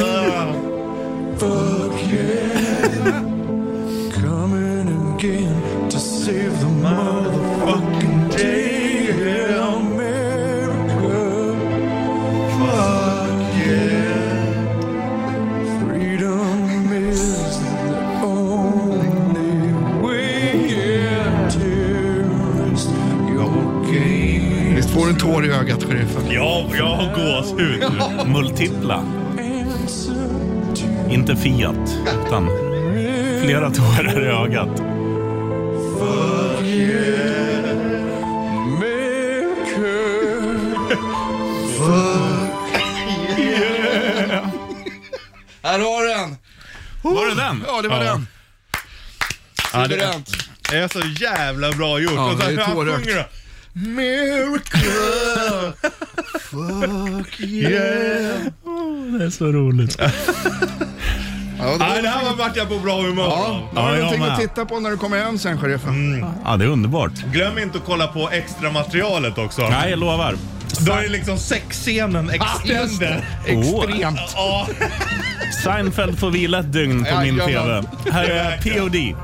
M: Fuck yeah. Coming again to save the motherfucking day. Yeah, America. Fuck yeah. Freedom is the only way. Yeah, terrorist, your game.
C: Får en tår i ögat, sheriffen?
D: Ja, jag har gåshud.
B: Multipla. Inte Fiat, utan flera tårar i ögat.
C: Fuck yeah, America. Fuck yeah. Här har den.
B: Var det den?
C: Ja, det var
D: Ja.
C: den.
D: Ja, det är, det är så jävla bra gjort.
C: Ja,
D: Och så
C: det är
D: han
C: tårögt.
D: sjunger då, America. Fuck yeah.
B: Oh, det är så roligt.
C: Ja,
D: Ja, det här var vart jag på bra humör.
C: Ja,
B: Ja,
C: har du
B: jag
C: någonting
B: med.
C: att titta på när du kommer hem sen, sheriffen?
D: Mm.
B: Ja, det är underbart.
D: Glöm inte att kolla på extra materialet också.
B: Nej, jag lovar.
D: Då är det liksom sexscenen extended.
C: Extremt.
D: Ja.
B: Seinfeld får vila ett dygn på min
C: Jajamän.
B: T V. Här är P O D.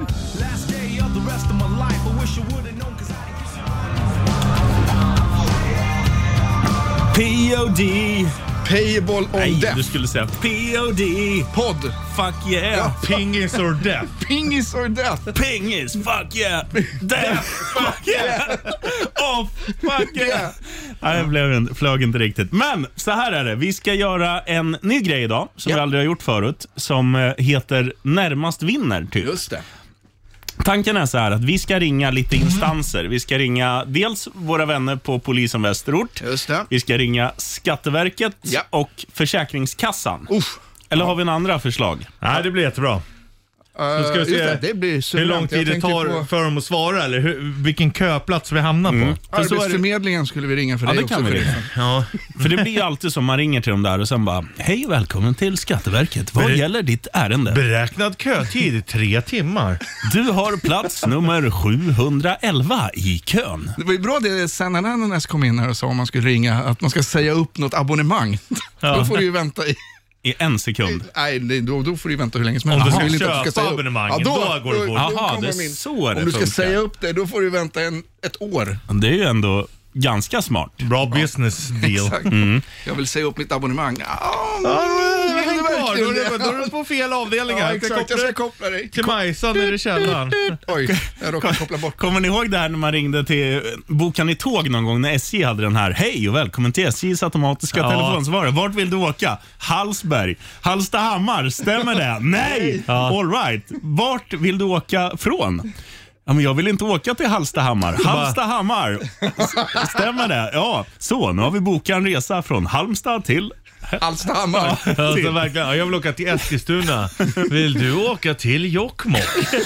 B: P O D.
C: Payable on
B: Nej,
C: death.
B: du skulle säga P O D.
C: Podd.
B: Fuck yeah.
C: Ja.
D: Pingis or death.
C: Pingis or death.
B: Pingis, fuck yeah. Death, fuck yeah. Oh, fuck yeah. Nej, jag blev en, flög inte riktigt. Men så här är det. Vi ska göra en ny grej idag som
C: Ja.
B: vi aldrig har gjort förut. Som eh, heter Närmast vinner, typ.
C: Just det.
B: Tanken är så här att vi ska ringa lite instanser. Vi ska ringa dels våra vänner på polisen Västerort.
C: Just det.
B: Vi ska ringa Skatteverket
C: Ja.
B: och Försäkringskassan.
C: Uff.
B: Eller har vi en andra förslag?
D: Nej, det blir jättebra.
C: Uh,
D: ska vi se
C: just det, det blir
D: Hur
C: suveränt.
D: lång tid
C: Jag
D: det
C: tänkte
D: tar
C: på
D: för dem att svara eller hur, vilken köplats vi hamnar
B: Mm.
D: på.
B: För så är det-
C: Arbetsförmedlingen skulle vi ringa för
B: Ja,
C: dig
B: det kan
C: också.
B: vi ringa.
D: Ja.
B: För det blir ju alltid som man ringer till dem där och sen bara, hej och välkommen till Skatteverket. Vad
D: Ber-
B: gäller ditt ärende?
D: Beräknad kötid tre timmar.
B: Du har plats nummer sjuhundraelva i kön.
C: Det var ju bra det sen när Ananas kom in här och sa om man skulle ringa att man ska säga upp något abonnemang. Då får du ju vänta i...
B: I en sekund.
C: Nej, nej, då, då får du vänta hur länge som
D: Om
C: helst.
D: du
C: Jag
D: ska
C: vill inte att du
D: köpa
C: säga upp.
D: abonnemangen, då går det fort.
B: Jaha,
C: kommer
B: det är
C: de in.
B: så det
C: Om du ska
B: funkar.
C: säga upp det, då får du vänta en, ett år.
B: Det är ju ändå ganska smart.
D: Bra business deal.
C: Exakt. Jag vill säga upp mitt abonnemang. Ja,
D: Ja,
C: vill du
D: häng kvar.
C: verkligen
D: Då är du-
C: det?
D: då är du på fel avdelning
C: Ja,
D: här.
C: exakt. Jag ska koppla dig.
D: till Majsan nere i källaren.
C: Oj, jag råkade koppla bort.
B: Kommer ni ihåg det här när man ringde till Bokan i tåg någon gång när S J hade den här? Hej och välkommen till S J:s automatiska
D: Ja.
B: telefonsvarare. Vart vill du åka? Hallsberg. Hallstahammar, stämmer det? Nej!
D: Ja.
B: All right. Vart vill du åka från? Ja, men jag vill inte åka till Hallstahammar. Hallstahammar. S- Stämmer det? Ja. Så, nu har vi bokat en resa från Halmstad till...
C: Hallstahammar.
D: Alltså, verkligen, ja, jag vill åka till Eskilstuna. Vill du åka till Jokkmokk?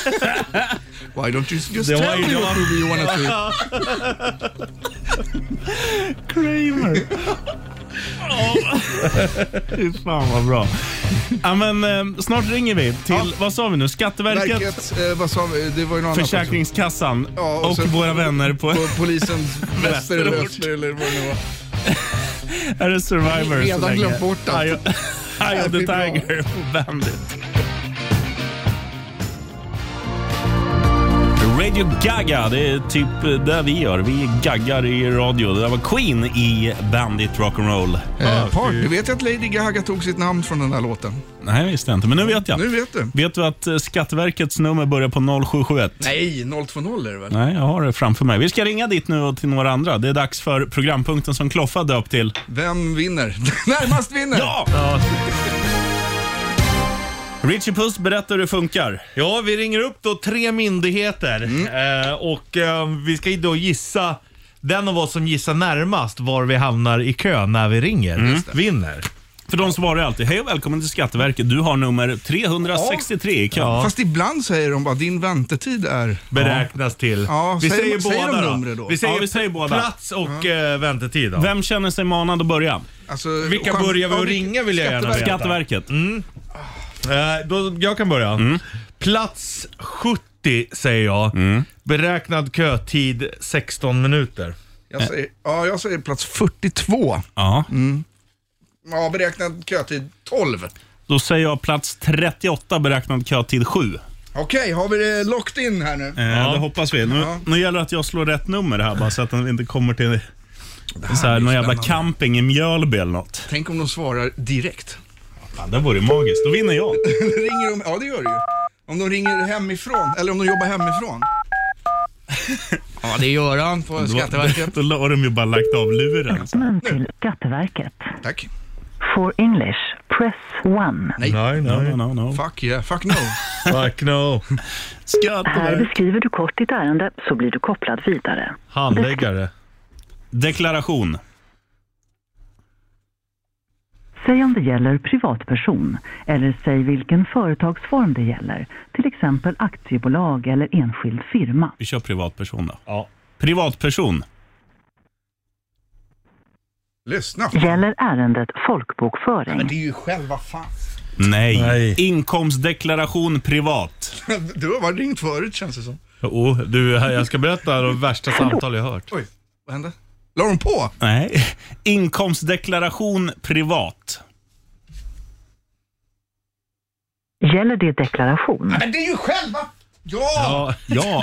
C: Why don't you just
D: Det var
C: tell
D: ju-
C: me
D: det var-
C: what you wanna do?
B: Kramer. Fy fan vad bra. Ja, men, eh, snart ringer vi till,
C: Ja.
B: vad sa vi nu? Skatteverket,
C: Verket, eh, vad sa vi? Det var ju någon annan
B: Försäkringskassan
C: Ja, och
B: och,
C: sen-
B: våra vänner på...
C: på polisen väster eller
B: Västerort.
C: öster eller vad det nu var.
B: Är det Survivor?
C: Redan
B: så länge?
C: glömt bort allt.
B: Eye Eye of the
C: Det är bra.
B: Tiger och Bandit. Radio Gaga, det är typ det vi gör. Vi gaggar i radio. Det där var Queen i Bandit Rock'n'Roll.
C: Eh, Part, du vet ju att Lady Gaga tog sitt namn från den där låten.
B: Nej, visste jag inte. Men nu vet jag.
C: Nu vet du.
B: Vet du att eh, Skatteverkets nummer börjar på noll sju sju ett?
C: Nej, noll två noll är det väl?
B: Nej, jag har det framför mig. Vi ska ringa dit nu och till några andra. Det är dags för programpunkten som Kloffa döpt till.
C: Vem vinner? Närmast vinner!
B: Ja! ja. Richie Puss, berätta hur det funkar.
D: Ja, vi ringer upp då tre myndigheter eh, och eh, vi ska då gissa, den av oss som gissar närmast var vi hamnar i kö när vi ringer, vinner.
B: För de svarar alltid, hej och välkommen till Skatteverket. Du har nummer trehundrasextiotre i kön.
D: Ja.
C: Fast ibland säger de bara, din väntetid är...
D: Beräknas till.
C: Ja,
D: vi
C: säger-
D: säger,
C: säger
D: båda
C: de
D: då.
C: numret då?
D: Vi säger,
B: Ja, vi säger båda.
D: plats och eh, väntetid då.
B: Vem känner sig manad att börja?
C: Alltså,
D: Vilka
C: och-
D: börjar vi
C: ja,
D: att ringa vill jag gärna veta.
B: Skatteverket.
D: Mm. Eh, då, jag kan börja.
B: Mm.
D: Plats sjuttio säger jag.
B: Mm.
D: Beräknad kötid sexton minuter.
C: Jag säger, ja, jag säger plats fyrtiotvå.
B: Ja.
C: Ja, beräknad kötid tolv.
B: Då säger jag plats trettioåtta, beräknad kötid sju.
C: Okej, har vi det locked in här nu?
B: Eh,
D: Ja.
B: Det hoppas vi. Nu,
C: Ja.
B: nu gäller det att jag slår rätt nummer här bara så att den inte kommer till så här,
C: är
B: någon jävla
C: spännande.
B: camping i Mjölby eller något.
C: Tänk om de svarar direkt.
B: Fan, det vore magiskt. Då vinner jag.
C: ringer de, ja, det gör det ju. Om de ringer hemifrån, eller om de jobbar hemifrån. Ja, det gör han på Skatteverket.
B: Då, då har de ju bara lagt av luren.
N: Välkommen till Skatteverket.
C: Tack.
N: For English, press one.
C: Nej,
D: Nej,
B: No,
D: nej.
B: no, no, no.
C: fuck yeah, fuck no.
D: Fuck no.
N: Här
B: Skatteverk.
N: beskriver du kort ditt ärende så blir du kopplad vidare.
D: Handläggare.
B: Deklaration.
N: Säg om det gäller privatperson eller säg vilken företagsform det gäller. Till exempel aktiebolag eller enskild firma.
B: Vi kör privatperson då.
D: Ja.
B: Privatperson.
C: Lyssna.
N: Gäller ärendet folkbokföring?
C: Men det är ju själva fan.
B: Nej.
D: Nej.
B: Inkomstdeklaration privat.
C: Du har varit ringt förut känns det som.
D: Oh, du, jag ska berätta de värsta samtal jag har hört.
C: Oj, vad hände? La de på?
B: Nej. Inkomstdeklaration privat.
N: Gäller det deklaration?
C: Men det är ju själva. Ja.
B: Ja. Ja.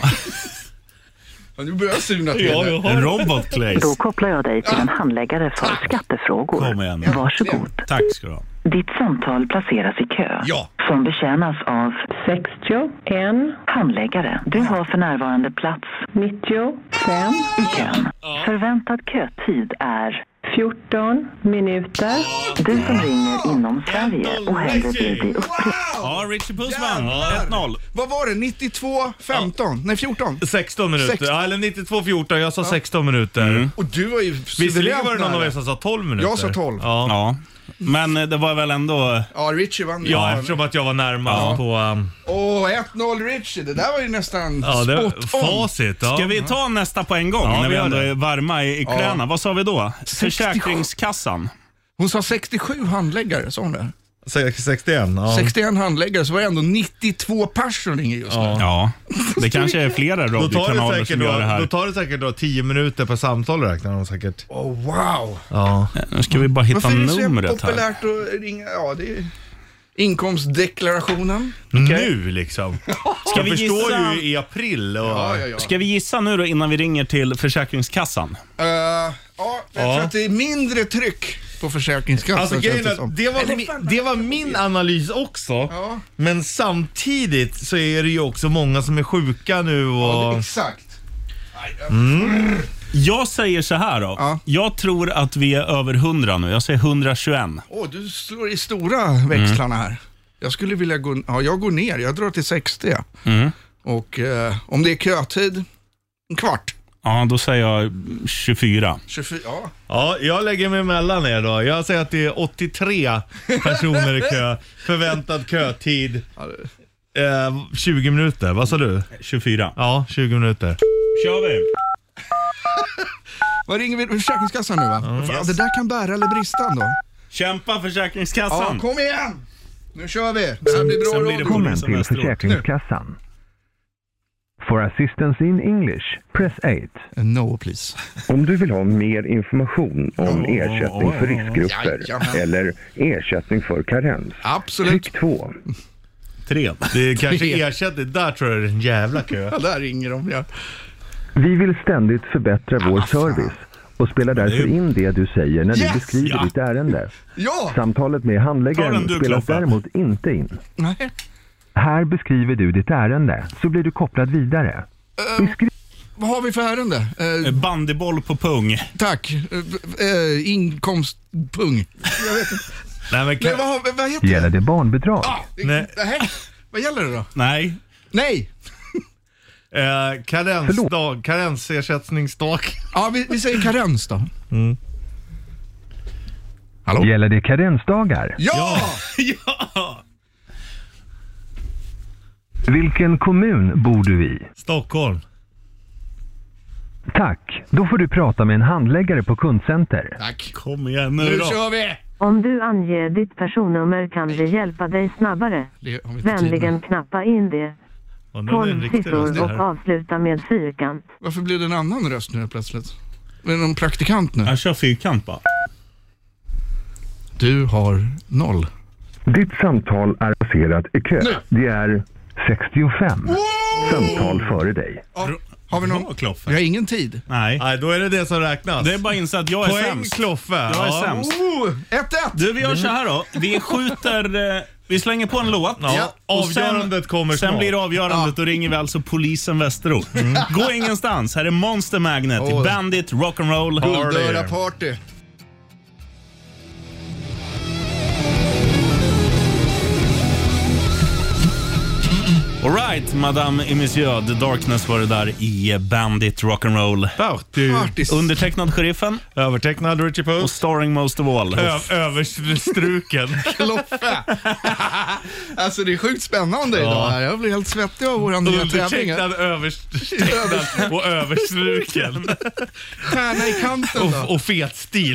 C: Ja, du börjar suna till
D: Ja,
C: det.
D: jag har
B: En robot, Claes.
N: Då kopplar jag dig till en handläggare för skattefrågor.
B: Kom igen.
N: Varsågod.
B: Tack ska du ha.
N: Ditt samtal placeras i kö.
C: Ja.
N: Som betjänas av sextioen handläggare. Du har för närvarande plats nittiofem i kön. Förväntad kötid är fjorton minuter. Du som ringer inom Sverige och hellre vill bli uppringd.
B: Ja, Richie Pussman.
C: Jävlar.
B: ett noll.
C: Vad var det? nittiotvå femton? Nej, fjorton.
D: sexton minuter.
C: sexton.
D: Ja, eller nittiotvå fjorton. Jag sa sexton minuter.
B: Mm.
C: Och du var ju
D: Visserligen var det någon
C: nära.
D: av er som sa tolv minuter.
C: Jag sa tolv.
D: Ja.
B: Ja. Men det var väl ändå...
C: Ja, Richie vann.
D: Ja, eftersom att jag var närmast
B: Ja.
D: på... Um,
C: Åh, ett noll Richie. Det där var ju nästan
D: ja, det
C: spot on.
D: facit. Ja.
B: Ska vi ta nästa på en gång
D: Ja,
B: när
D: vi
B: vi
D: gör
B: ändå
D: det.
B: är varma i, i knäna? Vad sa vi då? Försäkringskassan.
C: Hon sa sextiosju handläggare, sa hon det?
D: sextioen. Ja.
C: sextioen handläggare, så var det ändå nittiotvå personer ringer just nu.
D: Ja.
B: Ja, det kanske är flera
D: Då tar, det
B: radiokanaler
D: säkert
B: som
D: då,
B: gör det
D: då
B: här.
D: tar det säkert då tio minuter per samtal räknar de säkert.
C: Oh, wow.
D: Ja.
B: Nu ska vi bara hitta
C: Varför är det så
B: numret här.
C: populärt att ringa? Ja, det är inkomstdeklarationen.
D: Nu liksom.
B: Ska
D: jag
B: vi
D: förstår
B: gissa-
D: ju i april. Och...
C: Ja, ja, ja.
B: Ska vi gissa nu då innan vi ringer till Försäkringskassan?
C: Uh, ja, jag
D: Ja.
C: tror att det är mindre tryck på Försäkringskassan.
D: Alltså
C: känns
D: grejen
C: det
D: är
C: som.
D: att det var,
C: Eller
D: mi,
C: fan,
D: det var min analys också.
C: Ja.
D: Men samtidigt så är det ju också många som är sjuka nu och...
C: Ja, det är exakt.
D: Mm.
B: Jag säger så här då.
C: Ja.
B: Jag tror att vi är över hundra nu. Jag säger hundratjugoett.
C: Åh, du slår i stora växlarna här. Jag skulle vilja gå, ja, jag går ner. Jag drar till sextio.
B: Mm.
C: Och eh, om det är kötid, en kvart.
B: Ja, då säger jag tjugofyra.
C: tjugofyra, ja.
D: Ja, jag lägger mig emellan er då. Jag säger att det är åttiotre personer i kö. Förväntad kötid. Eh, tjugo minuter, vad sa du?
B: tjugofyra.
D: Ja, tjugo minuter.
B: Kör vi.
C: Vad ringer vi? Försäkringskassan nu va?
D: Mm.
C: Fan, det där kan bära eller brista ändå.
B: Kämpa
C: Ja,
B: Försäkringskassan.
C: kom igen! Nu kör vi. Det här blir bra
B: Sen blir det
C: radio.
B: polis som nästa år.
O: Försäkringskassan. For assistance in English, press eight.
C: No, please.
O: Om du vill ha mer information om
C: Ja,
O: ersättning för riskgrupper
C: jajamän.
O: eller ersättning för karens,
C: Absolut.
O: tryck två.
B: Tre.
D: Det är kanske ersättning. Där tror jag det är en jävla kö.
C: Ja, där ringer de. Ja.
O: Vi vill ständigt förbättra vår service och spelar därför in det du säger när
C: Yes!
O: du beskriver
B: Ja.
O: ditt ärende.
C: Ja!
O: Samtalet med
B: Ta
O: handläggaren
B: den du,
O: spelas
B: Kloffe.
O: däremot inte in.
C: Nej.
O: Här beskriver du ditt ärende, så blir du kopplad vidare. Beskri-
C: Vad har vi för ärende? Eh,
B: Bandyboll på pung.
C: tack. Eh, eh, inkomstpung. Jag vet inte.
D: Nej, men kan...
C: Nej, vad, har- vad heter
O: Gäller
C: det?
O: det barnbidrag?
C: Ah, det
D: Nej.
C: nej. Vad gäller det då?
B: Nej.
C: Nej!
D: Eh, karensdag, karensersättningsdag.
C: Ja, vi, vi säger karens då.
D: Mm.
C: Hallå?
O: Gäller det karensdagar?
C: Ja!
B: Ja.
O: Vilken kommun bor du i?
D: Stockholm.
O: Tack, då får du prata med en handläggare på kundcenter.
C: Tack.
B: Kom igen nu
C: Nu
B: då.
C: kör vi!
N: Om du anger ditt personnummer kan vi hjälpa dig snabbare.
C: Det har vi inte tid
N: Vänligen
C: med.
N: knappa in det.
D: Och nu är det en
N: tolv
D: riktig röst
N: siffror
D: det
N: och
D: här.
N: avsluta med fyrkant.
C: Varför blir det en annan röst nu plötsligt? Är det någon praktikant nu?
B: Jag kör fyrkant bara.
C: Du har noll.
O: Ditt samtal är placerat i kö.
C: Nu.
O: Det är sextiofem samtal före dig.
C: Ja, har vi någon?
B: Bra, Kloffe.
C: Vi har ingen tid.
B: Nej.
D: Nej, då är det det som räknas.
B: Det är bara att inse att jag är
D: Poäng
B: sämst.
D: Kloffe.
B: Jag är
D: Ja.
B: sämst.
C: Oh, ett ett!
B: Du, vi gör så här då. Vi skjuter, eh, vi slänger på en låt.
D: Ja, avgörandet
B: sen,
D: kommer
B: sen
D: snart.
B: blir det avgörandet och ringer vi alltså polisen Västerort. Mm. Gå ingenstans. Här är Monster Magnet, oh. Bandit, Rock'n'Roll.
C: Gulddöra party.
B: Alright, Madame et Monsieur, The Darkness var det där i Bandit Rock'n'Roll.
D: Party.
B: Undertecknad Sheriffen.
D: Övertecknad Richie Puss.
B: Och starring most of all.
D: Ö- överstruken.
C: Kloffe. Alltså det är sjukt spännande
D: ja.
C: idag här. Jag blir helt svettig av våran nya tävling.
D: Undertecknad, övertecknad och överstruken.
C: Stjärna i kanten då.
D: Och, och fet stil.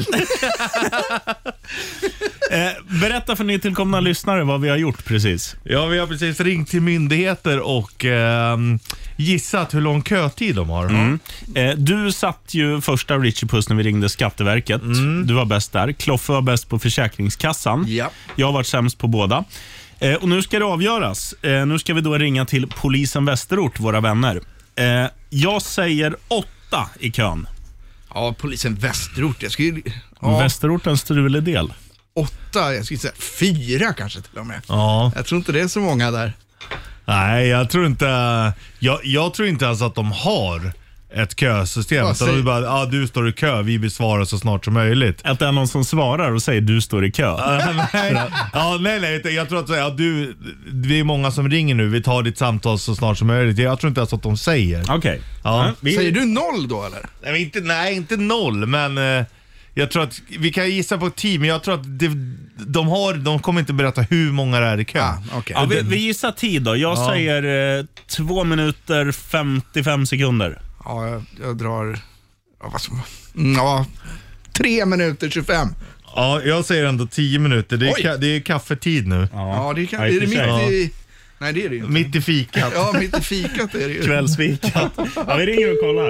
B: eh, berätta för nytillkomna lyssnare vad vi har gjort precis.
D: Ja, vi har precis ringt till myndigheter och eh, gissat hur lång kötid de har.
B: Mm. Eh, du satt ju första Richie Puss när vi ringde Skatteverket. Mm. Du var bäst där. Kloffe var bäst på Försäkringskassan.
C: Ja.
B: Jag har varit sämst på båda. Eh, och nu ska det avgöras. Eh, nu ska vi då ringa till polisen Västerort, våra vänner. Eh, jag säger åtta i kön.
C: Ja, polisen Västerort. Jag skulle, ja.
B: Västerort är en strulig del.
C: Åtta, jag skulle säga fyra kanske till och med.
D: Ja.
C: Jag tror inte det är så många där.
D: Nej, jag tror inte jag, jag tror inte ens att de har ett kösystem.
C: Ja,
D: så de bara, ja ah, du står i kö, vi besvarar så snart som möjligt.
B: Att det är någon som svarar och säger du står i kö.
D: nej, ja, nej, nej, jag tror att ja, du, det är många som ringer nu, vi tar ditt samtal så snart som möjligt. Jag tror inte ens att de säger.
B: Okej. Okay.
D: Ja.
C: Vi... Säger du noll då eller?
D: Nej, inte, nej, inte noll, men eh, jag tror att vi kan gissa på tio, men jag tror att det, de, har, de kommer inte berätta hur många det är i kö.
C: Ah, okay.
B: ja, vi, vi gissar tid då. Jag
D: ja.
B: säger eh, två minuter femtiofem sekunder.
C: Ja, jag, jag drar... Ja, vad som, ja, tre minuter tjugofem.
D: Ja, jag säger ändå tio minuter. Det är, ka, det är kaffetid nu.
C: Ja, ja det kan, är det mitt i... Nej, det är det inte.
D: Mitt i fikat.
C: Ja, mitt i fikat är det ju.
B: Kvällsfikat. Ja, vi ringer och kollar.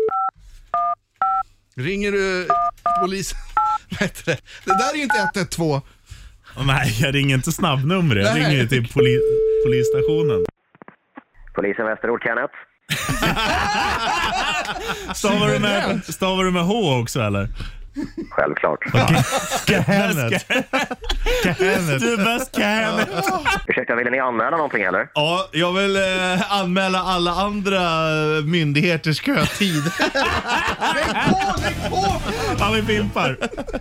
C: Ringer du polisen? Vet du det? Det där är ju inte ett ett två.
B: Nej, jag ringer inte snabbnummer. Jag
C: Nej.
B: ringer till poli- polisstationen.
P: Polisen Västerort, Kenneth.
B: stavar, du med, stavar du med H också eller?
P: Självklart.
D: Kenneth. Kenneth.
B: Du är bäst Kenneth.
P: Ursäkta, vill ni anmäla någonting eller?
D: Ja, jag vill eh, anmäla alla andra myndigheters kötid.
C: Lägg på, lägg på!
B: Ja, vi pimpar.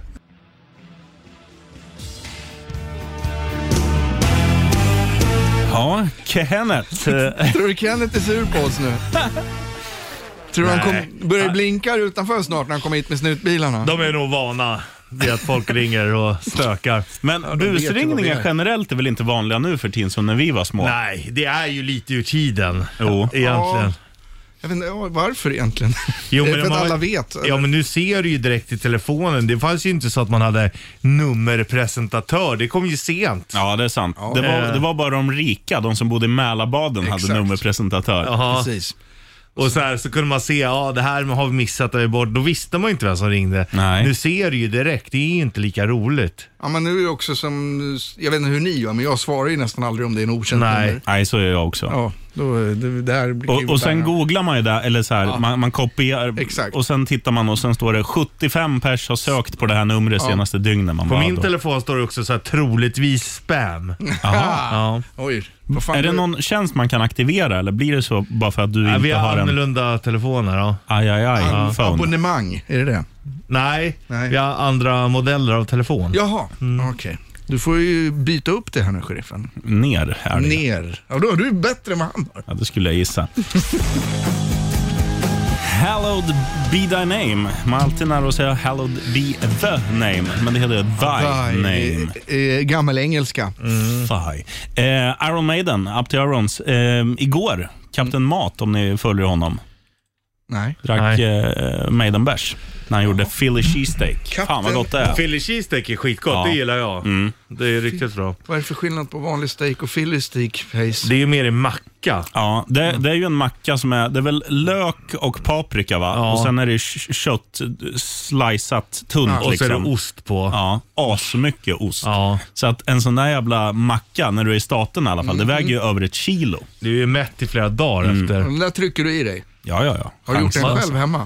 B: Ja, Kenneth.
C: Tror du Kenneth är sur på oss nu? Tror du han kom, börjar blinka utanför snart när han kommer hit med snutbilarna?
D: De är nog vana vid att folk ringer och stökar.
B: Men ja, busringningar generellt är väl inte vanliga nu för tiden som när vi var små?
D: Nej, det är ju lite ur tiden.
B: Jo.
D: Egentligen.
C: Ja, jag vet inte varför egentligen.
D: Jo, men
C: det är för att
D: har,
C: alla vet.
D: Ja, men nu ser du ju direkt i telefonen. Det fanns ju inte så att man hade nummerpresentatör. Det kom ju sent.
B: Ja, det är sant.
C: Ja,
B: det, var,
C: äh...
B: det var bara de rika, de som bodde i Mälarbaden
C: Exakt.
B: hade nummerpresentatör.
D: Aha.
C: Precis.
D: Och så här så kunde man se, ja det här har vi missat och bort. Då visste man ju inte vem som ringde.
B: Nej.
D: Nu ser du ju direkt, det är ju inte lika roligt.
C: Ja, men nu är det också som, jag vet inte hur ni gör, men jag svarar ju nästan aldrig om det är en okänd
B: Nej,
C: nummer.
B: Nej så är jag också.
C: Ja, då, det, det här blir
B: och, och sen googlar man ju där, eller så här,
C: ja.
B: man, man kopierar.
C: Exakt.
B: Och sen tittar man och sen står det sjuttiofem pers har sökt på det här numret
C: ja.
B: senaste dygnen. Man
D: på
B: bara,
D: min
B: då.
D: telefon står det också så här, troligtvis spam.
B: Ja.
C: Oj.
B: Är det någon tjänst man kan aktivera eller blir det så bara för att du
D: ja,
B: inte
D: vi har
B: har en...
D: annorlunda telefoner då.
B: Aj, aj, aj.
C: An-
B: phone.
C: abonnemang, är det det?
D: Nej,
C: Nej.
D: vi har andra modeller av telefon.
C: Jaha, mm. okej. Okay. Du får ju byta upp det här nu, sheriffen.
B: Ner är det.
C: Ner. Ja, då är du bättre än vad han har.
B: Ja, det skulle jag gissa. Hallowed be thy name. Man alltid nära att säga hallowed be the name. Men det heter thy
C: Thy,
B: name.
C: eh, eh, Gammal engelska.
B: Mm. Thy. Eh, Iron Maiden, Up to Irons. Eh, igår, Captain Mat, om ni följer honom.
C: Nej.
B: Drack eh, Maiden-bärs när han gjorde Philly cheesesteak. Fan vad gott det är.
D: Philly cheesesteak är skitgott,
B: Ja.
D: det gillar jag.
B: Mm.
D: Det är riktigt bra.
C: Vad är det för skillnad på vanlig steak och Philly steak face?
D: Det är ju mer i macka.
B: Ja, det, det är ju en macka som är, det är väl lök och paprika va?
D: Ja.
B: Och sen är det k- kött slicat tunt
D: Ja, och
B: liksom.
D: så är det ost på.
B: Ja, asmycket ost.
D: Ja.
B: Så att en sån där jävla macka, när du är i staten i alla fall,
C: Mm.
B: det väger ju över ett kilo.
D: Det är ju mätt i flera dagar
B: Mm.
D: efter.
C: Den där trycker du i dig.
B: Ja, ja, ja.
C: Har du gjort den
B: Chansar.
C: själv hemma?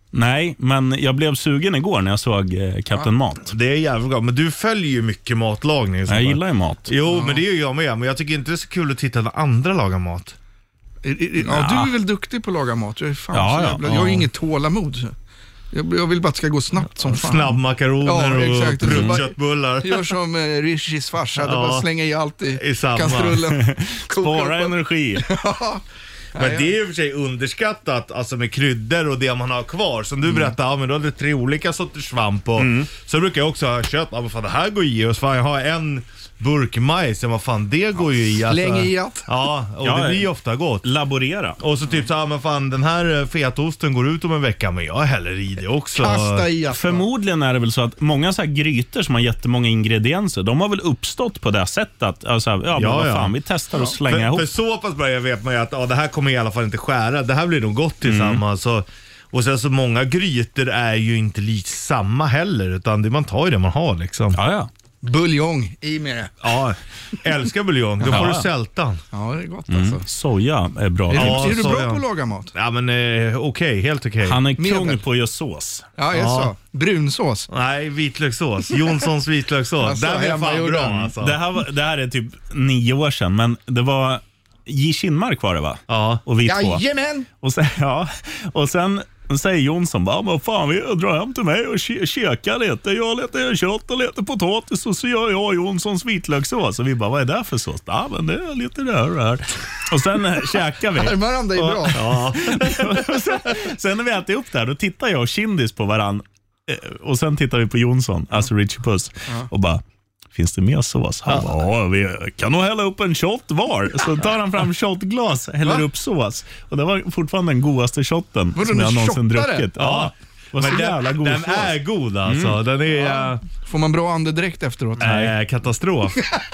B: Nej, men jag blev sugen igår när jag såg eh, Kapten ja. Mat.
D: Det är jävligt bra, men du följer ju mycket matlagning.
B: Jag gillar ju mat.
D: Jo,
C: ja.
D: men det är ju jag med, men jag tycker inte det är så kul att titta när andra lagar mat.
C: Ja, ja. Du är väl duktig på att laga mat? Jag är fan
B: ja,
C: så
B: ja,
C: jävla,
B: ja.
C: jag har ju inget tålamod. Jag, jag vill bara att det ska gå snabbt som fan.
D: Snabbmakaroner
C: ja,
D: och brunköttbullar.
C: Gör som eh, Rishis farsa, ja. Det bara slänga i allt i,
D: I
C: kastrullen.
B: Spara energi.
C: ja.
D: Men det är ju för sig underskattat, alltså med kryddor och det man har kvar. Som du mm. berättade, ja, men då hade tre olika sorters svamp och mm. så brukar jag också ha kött. Ja, men fan, det här går i oss. Fan, jag har en burk majs, men fan, det går ju i.
C: Släng
D: alltså.
C: i allt.
D: Ja, och
B: ja,
D: det blir ju ofta gott.
B: Laborera.
D: Och så typ så, ja, men fan, den här fetaosten går ut om en vecka, men jag häller i det också.
C: Kasta i allt.
B: Förmodligen är det väl så att många så här grytor som har jättemånga ingredienser, de har väl uppstått på det sättet att, alltså, ja, men
D: ja,
B: vad fan,
D: ja.
B: vi testar och slänga
D: för,
B: ihop.
D: För så pass börjar vet man ju att ja, det här kommer i alla fall inte skära. Det här blir nog gott tillsammans. Mm. Så, och sen så många grytor är ju inte lite samma heller, utan det, man tar ju det man har liksom.
B: Ja, ja.
C: Buljong i med det.
D: Ja, älskar buljong. Då får
B: ja.
D: du sältan.
C: Ja, det är gott
B: mm.
C: alltså.
B: Soja är bra.
C: Är,
D: ja,
C: är du
D: soja.
C: bra på att laga mat?
D: Ja, men eh, okej, okay, helt okej. Okay.
B: Han är kung
C: Medel.
B: på att göra sås.
C: Ja, jag
D: ja.
C: så. Brunsås.
D: Nej, vitlökssås. Jonssons vitlökssås.
C: Alltså,
D: där är jag fan bra alltså.
B: Det här, var, det här är typ nio år sedan, men det var J. Kinmark var det va?
D: Ja.
B: Och vi två.
C: Jajamän!
B: Och sen, ja, och sen säger Jonsson bara, vad fan, vi drar hem till mig och käkar lite. Jag letar kött och lite potatis och så gör jag Jonssons vitlökssås. Och vi bara, vad är det för sås? Ja, men det är lite det här och det här. Och sen äh, käkar vi.
C: Armaranda är bra.
B: Ja. sen, sen när vi äter upp där, då tittar jag och Kindis på varann. Och sen tittar vi på Jonsson, alltså Richie Puss. Ja. Och bara, finns det mer sås? Han bara, ja, vi kan nog hälla upp en shot var. Så tar han fram shotglas, häller Va? upp sås. Och det var fortfarande den godaste shotten
C: Vadå,
B: som jag någonsin
C: shottare?
B: druckit. Ja,
D: men
B: så
D: den,
B: jävla god
D: den
B: sås.
D: är god alltså. Mm. Den är... Ja.
C: Får man bra andedräkt efteråt?
D: Nej, katastrof.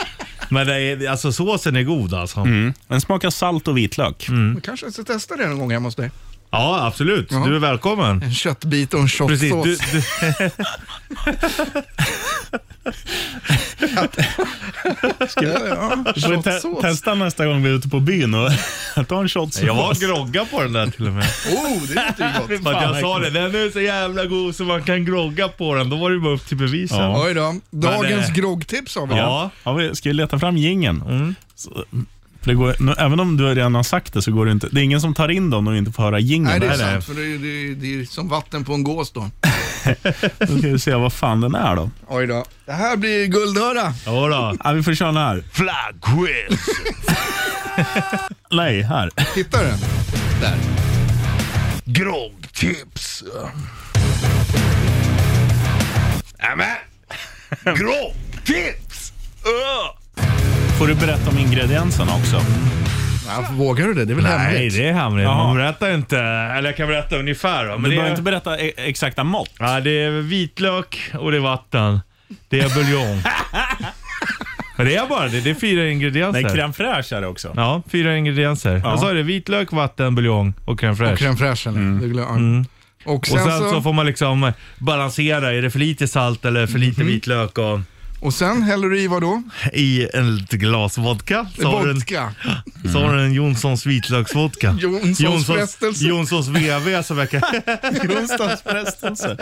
D: Men det är, alltså såsen är god alltså.
B: Mm. Den smakar salt och vitlök.
C: Mm. Kanske jag ska testa det någon gång hemma hos dig.
D: Ja, absolut. Jaha. Du är välkommen.
C: En köttbit och en shotsås.
D: Precis, du, du...
B: Ska jag, ja, får te- testa nästa gång vi är ute på byn och ta en shotsås.
D: Jag var grogga på den där till och med.
C: Oh, det är inte gott.
D: För att jag sa det, den är så jävla god så man kan grogga på den. Då var det bara upp till bevisen.
C: Ja. Oj då. Dagens
D: Men,
C: groggtips har vi.
B: Ja, ja vi ska leta fram jingeln. Mm. Så, för det går, nu, även om du redan har sagt det så går det inte. Det är ingen som tar in dem och inte får höra jingeln.
C: Nej, det är
B: Nej,
C: sant. För det är, det, är, det är som vatten på en gås då.
B: Nu ska vi se vad fan den är då.
C: Oj då. Det här blir guldhöra.
D: Ja då.
B: Ja, vi får köra den här.
D: Flag quiz.
B: Nej, här.
C: Hittar du den? Där.
D: Groggtips. Nämen. Groggtips. Uh.
B: Får du berätta om ingredienserna också?
C: Ja, vågar du det? Det är väl
D: Nej,
C: hemligt?
D: Nej, det är hemligt. Man berättar inte. Eller jag kan berätta ungefär. Då. Men
B: du
D: det
B: behöver
D: är...
B: inte berätta e- exakta mått.
D: Ja, det är vitlök och det är vatten. Det är buljong. Men det är bara det. Det är fyra ingredienser.
B: Nej, crème fraîche är det också.
D: Ja, fyra ingredienser. Ja. Och så är det vitlök, vatten, buljong och crème fraîche.
C: Och crème fraîche, eller? Mm. Det mm.
D: Och sen, och sen så... så får man liksom balansera. Är det för lite salt eller för lite mm. vitlök och...
C: Och sen häller du i vad då?
D: I en litet glas vodka. Så
C: vodka.
D: En, så har du en Jonssons vitlöksvodka.
C: Jonssons, Jonssons frestelse.
D: Jonssons V V som verkar...
B: Jonssons frestelse.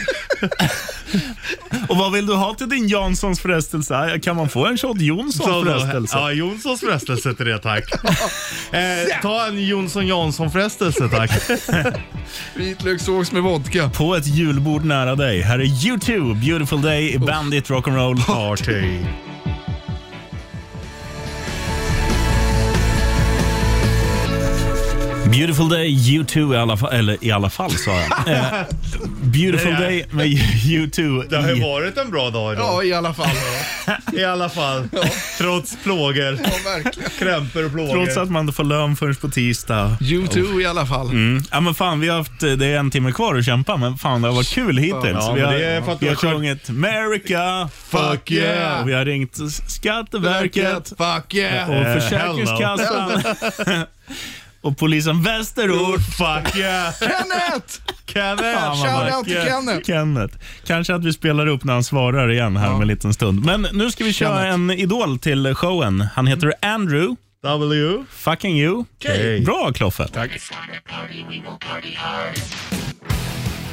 B: Och vad vill du ha till din Jonssons frestelse? Kan man få en shot Jonssons så, frestelse?
D: Ja, Jonssons frestelse till det, tack. eh, ta en Jonsson Jansson frestelse, tack.
C: Vitlökssås med vodka.
B: På ett julbord nära dig. Här är U two, Beautiful Day i Bandit Rock'n'Roll Party. Beautiful Day, U two i alla fall, eller i alla fall sa jag. Eh, beautiful Day med U two.
D: Det har ju varit en bra dag idag.
C: Ja, i alla fall.
D: I alla fall. Ja. Trots plågor.
C: Ja, verkligen.
D: Krämpor och plågor.
B: Trots att man inte får lön förrän på tisdag.
C: U two oh. i alla fall.
B: Mm. Ja, men fan, vi har haft, det är en timme kvar att kämpa, men fan, det har varit kul hittills.
D: Ja,
B: vi har,
D: det är för att
B: vi har
D: kört...
B: sjungit America, fuck yeah. Och vi har ringt Skatteverket,
C: fuck yeah.
B: Och Försäkringskassan. Och polisen Västerort.
D: Fuck yeah.
C: Kenneth!
D: Kenneth!
C: Shoutout till Kenneth.
B: Kenneth. Kanske att vi spelar upp när han svarar igen här ja. med en liten stund. Men nu ska vi köra Kenneth. En idol till showen. Han heter Andrew.
D: W.
B: Fucking you.
D: Okay.
B: Bra, Kloffe.
C: Tack.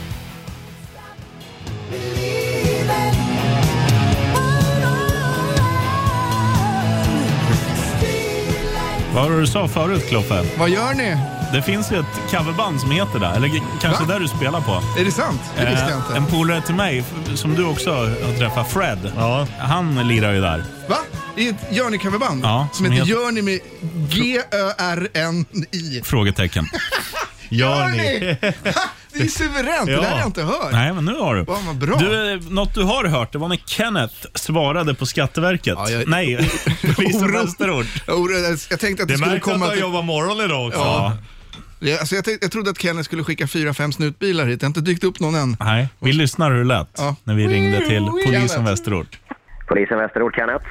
B: Vad var det du sa förut, Kloffe?
C: Vad gör ni?
B: Det finns ju ett coverband som heter det. Eller kanske
C: Va?
B: där du spelar på.
C: Är det sant? Det visste jag inte.
B: Eh, en polare till mig, som du också har träffat, Fred.
D: Ja.
B: Han lirar ju där.
C: Va? I ett Journey-coverband?
B: Ja,
C: som
B: som
C: heter
B: heter-
C: Journey med G Ö R N I.
B: Frågetecken.
C: Journey! Det är suveränt, det
D: Ja.
C: där har jag inte hört.
B: Nej, men nu har du.
C: Wow, vad bra.
B: Du, eh, något du har hört, det var när Kenneth svarade på Skatteverket.
C: Ja, jag-
B: Nej, polisen
C: Oro.
B: Västerort.
C: Jag, jag tänkte att det,
D: Det
C: skulle
D: märks att
C: komma
D: jag
C: till...
D: jobbar morgon idag också.
B: Ja.
C: Ja, alltså jag, tänkte, jag trodde att Kenneth skulle skicka fyra, fem snutbilar hit. Det har inte dykt upp någon än.
B: Nej, vi lyssnar hur det lät
C: Ja.
B: när vi ringde till polisen
C: Kenneth.
B: Västerort.
P: Polisen Västerort, Kenneth.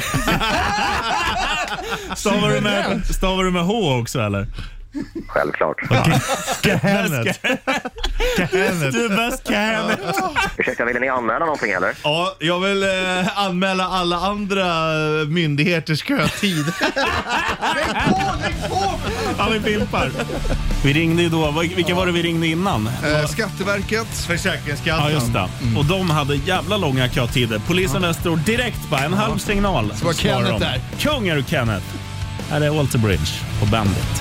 B: Stavar du med, stavar du med H också, eller?
P: Självklart.
D: Kenneth. Kenneth.
B: Du är bäst, Kenneth.
P: Ursäkta, ville ni anmäla någonting eller?
D: Ja, jag vill eh, anmäla alla andra eh, myndigheters kötid.
B: Ja, vi pimpar. Vi ringde ju då, vad- vilka var det vi ringde innan?
C: Eh, Skatteverket.
D: Försäkringskassan.
B: Ja, just det. Och de hade jävla långa kötider. Polisen Västerort direkt bara, en halv signal.
C: Så var
B: svarar
C: Kenneth
B: de.
C: där.
B: Kung är du, Kenneth. Här är Walter Bridge på Bandit.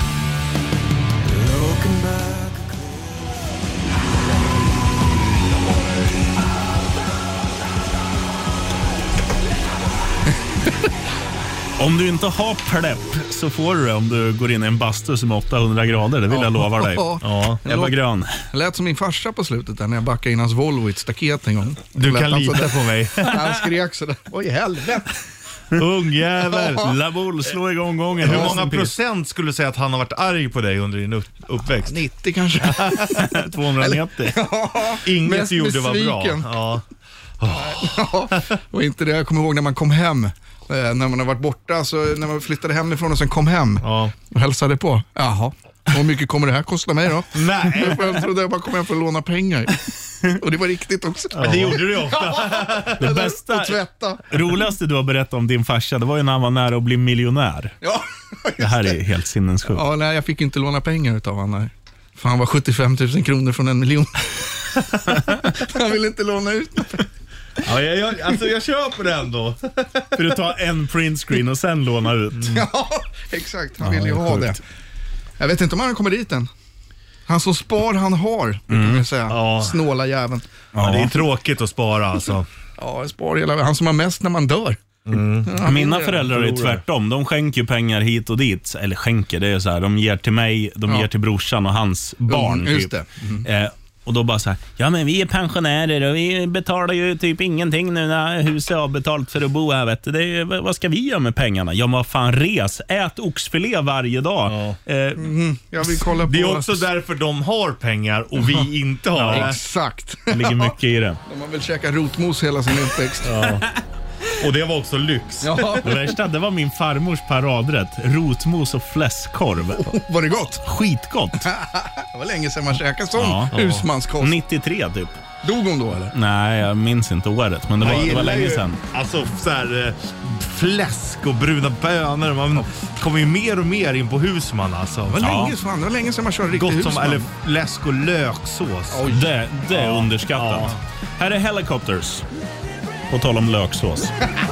B: Om du inte har plepp så får du det om du går in i en bastu som är åttahundra grader. Det vill jag lova dig.
C: Ja.
B: Ebba Grön.
C: Det lät som min farsa på slutet där när jag backade in hans Volvo i ett staket en gång.
D: Du
C: Lät
D: kan
C: han
D: lita
C: sådär.
D: på mig.
C: Han skrek sådär. Oj, helvete.
D: Ungjävel.
B: Laboul, slå igång gången.
D: Hur många procent skulle du säga att han har varit arg på dig under din upp- uppväxt?
C: nittio kanske.
B: tvåhundranittio.
D: Inget
C: Mest
D: du gjorde var bra.
C: besviken.
D: Ja.
C: Ja, och inte det jag kommer ihåg när man kom hem. Eh, när man har varit borta, så när man flyttade hemifrån och sen kom hem
D: Ja.
C: och hälsade på. Jaha, hur mycket kommer det här kosta mig då?
D: Nej.
C: Jag trodde jag bara kom hem för att låna pengar. Och det var riktigt också.
D: Men det gjorde du ju ofta.
B: Det bästa,
C: Och tvätta.
B: roligaste du har berättat om din farsa, det var ju när han var nära att bli miljonär.
C: Ja,
B: Det här är helt sinnessjukt.
C: ja, nej, jag fick inte låna pengar utav honom. Nej. För han var sjuttiofem tusen kronor från en miljon. Han ville inte låna ut.
D: Ja, jag, jag, alltså jag köper det ändå.
B: För du tar en printscreen och sen låna ut.
C: Ja, exakt. Han
B: Ja,
C: vill ju
B: det är
C: ha det.
B: sjukt.
C: Jag vet inte om han kommer dit än. Han som spar han har, brukar jag säga.
D: Ja.
C: Snåla jäveln.
D: Ja, det är tråkigt att spara alltså.
C: Ja, jag spar hela, han som har mest när man dör. Ja,
B: Mina
C: det-
B: föräldrar är ju tvärtom. De skänker ju pengar hit och dit. Eller skänker, det är så här. De ger till mig, de
C: Ja.
B: ger till brorsan och hans barn.
C: Mm, just
B: typ.
C: det. Mm.
B: Eh, och då bara så här, ja men vi är pensionärer och vi betalar ju typ ingenting nu när huset är avbetalt för att bo här, vet du. Det är, vad ska vi göra med pengarna? Ja men vad fan, res, ät oxfilé varje dag.
D: Ja.
B: Eh,
C: Mm, jag vill kolla på...
D: Det är också därför de har pengar och vi inte har det.
C: Exakt.
B: det ligger mycket i det.
C: De har väl käkat rotmos hela sin uppväxt.
D: Ja. Och det var också lyx.
C: Ja.
B: Det värsta, det var min farmors paradrätt. Rotmos och fläskkorv.
C: Var det gott?
B: Skitgott.
C: Det var länge sedan man käkade sån
B: Ja.
C: husmanskost.
B: nittiotre typ.
C: Dog hon då eller?
B: Nej, jag minns inte året, men det var,
D: Jag
B: det var
D: gillar
B: länge
D: ju,
B: sedan.
D: Alltså så här, eh, fläsk och bruna bönor. Man kommer ju mer och mer in på husman alltså.
C: Det var
B: Ja.
C: länge, fan, det var länge sedan man körde riktigt
D: Gott som,
C: husman.
D: eller läsk och löksås.
B: Det, det är
D: Ja.
B: underskattat.
D: Ja.
B: Här är Helicopters. På tal om löksås.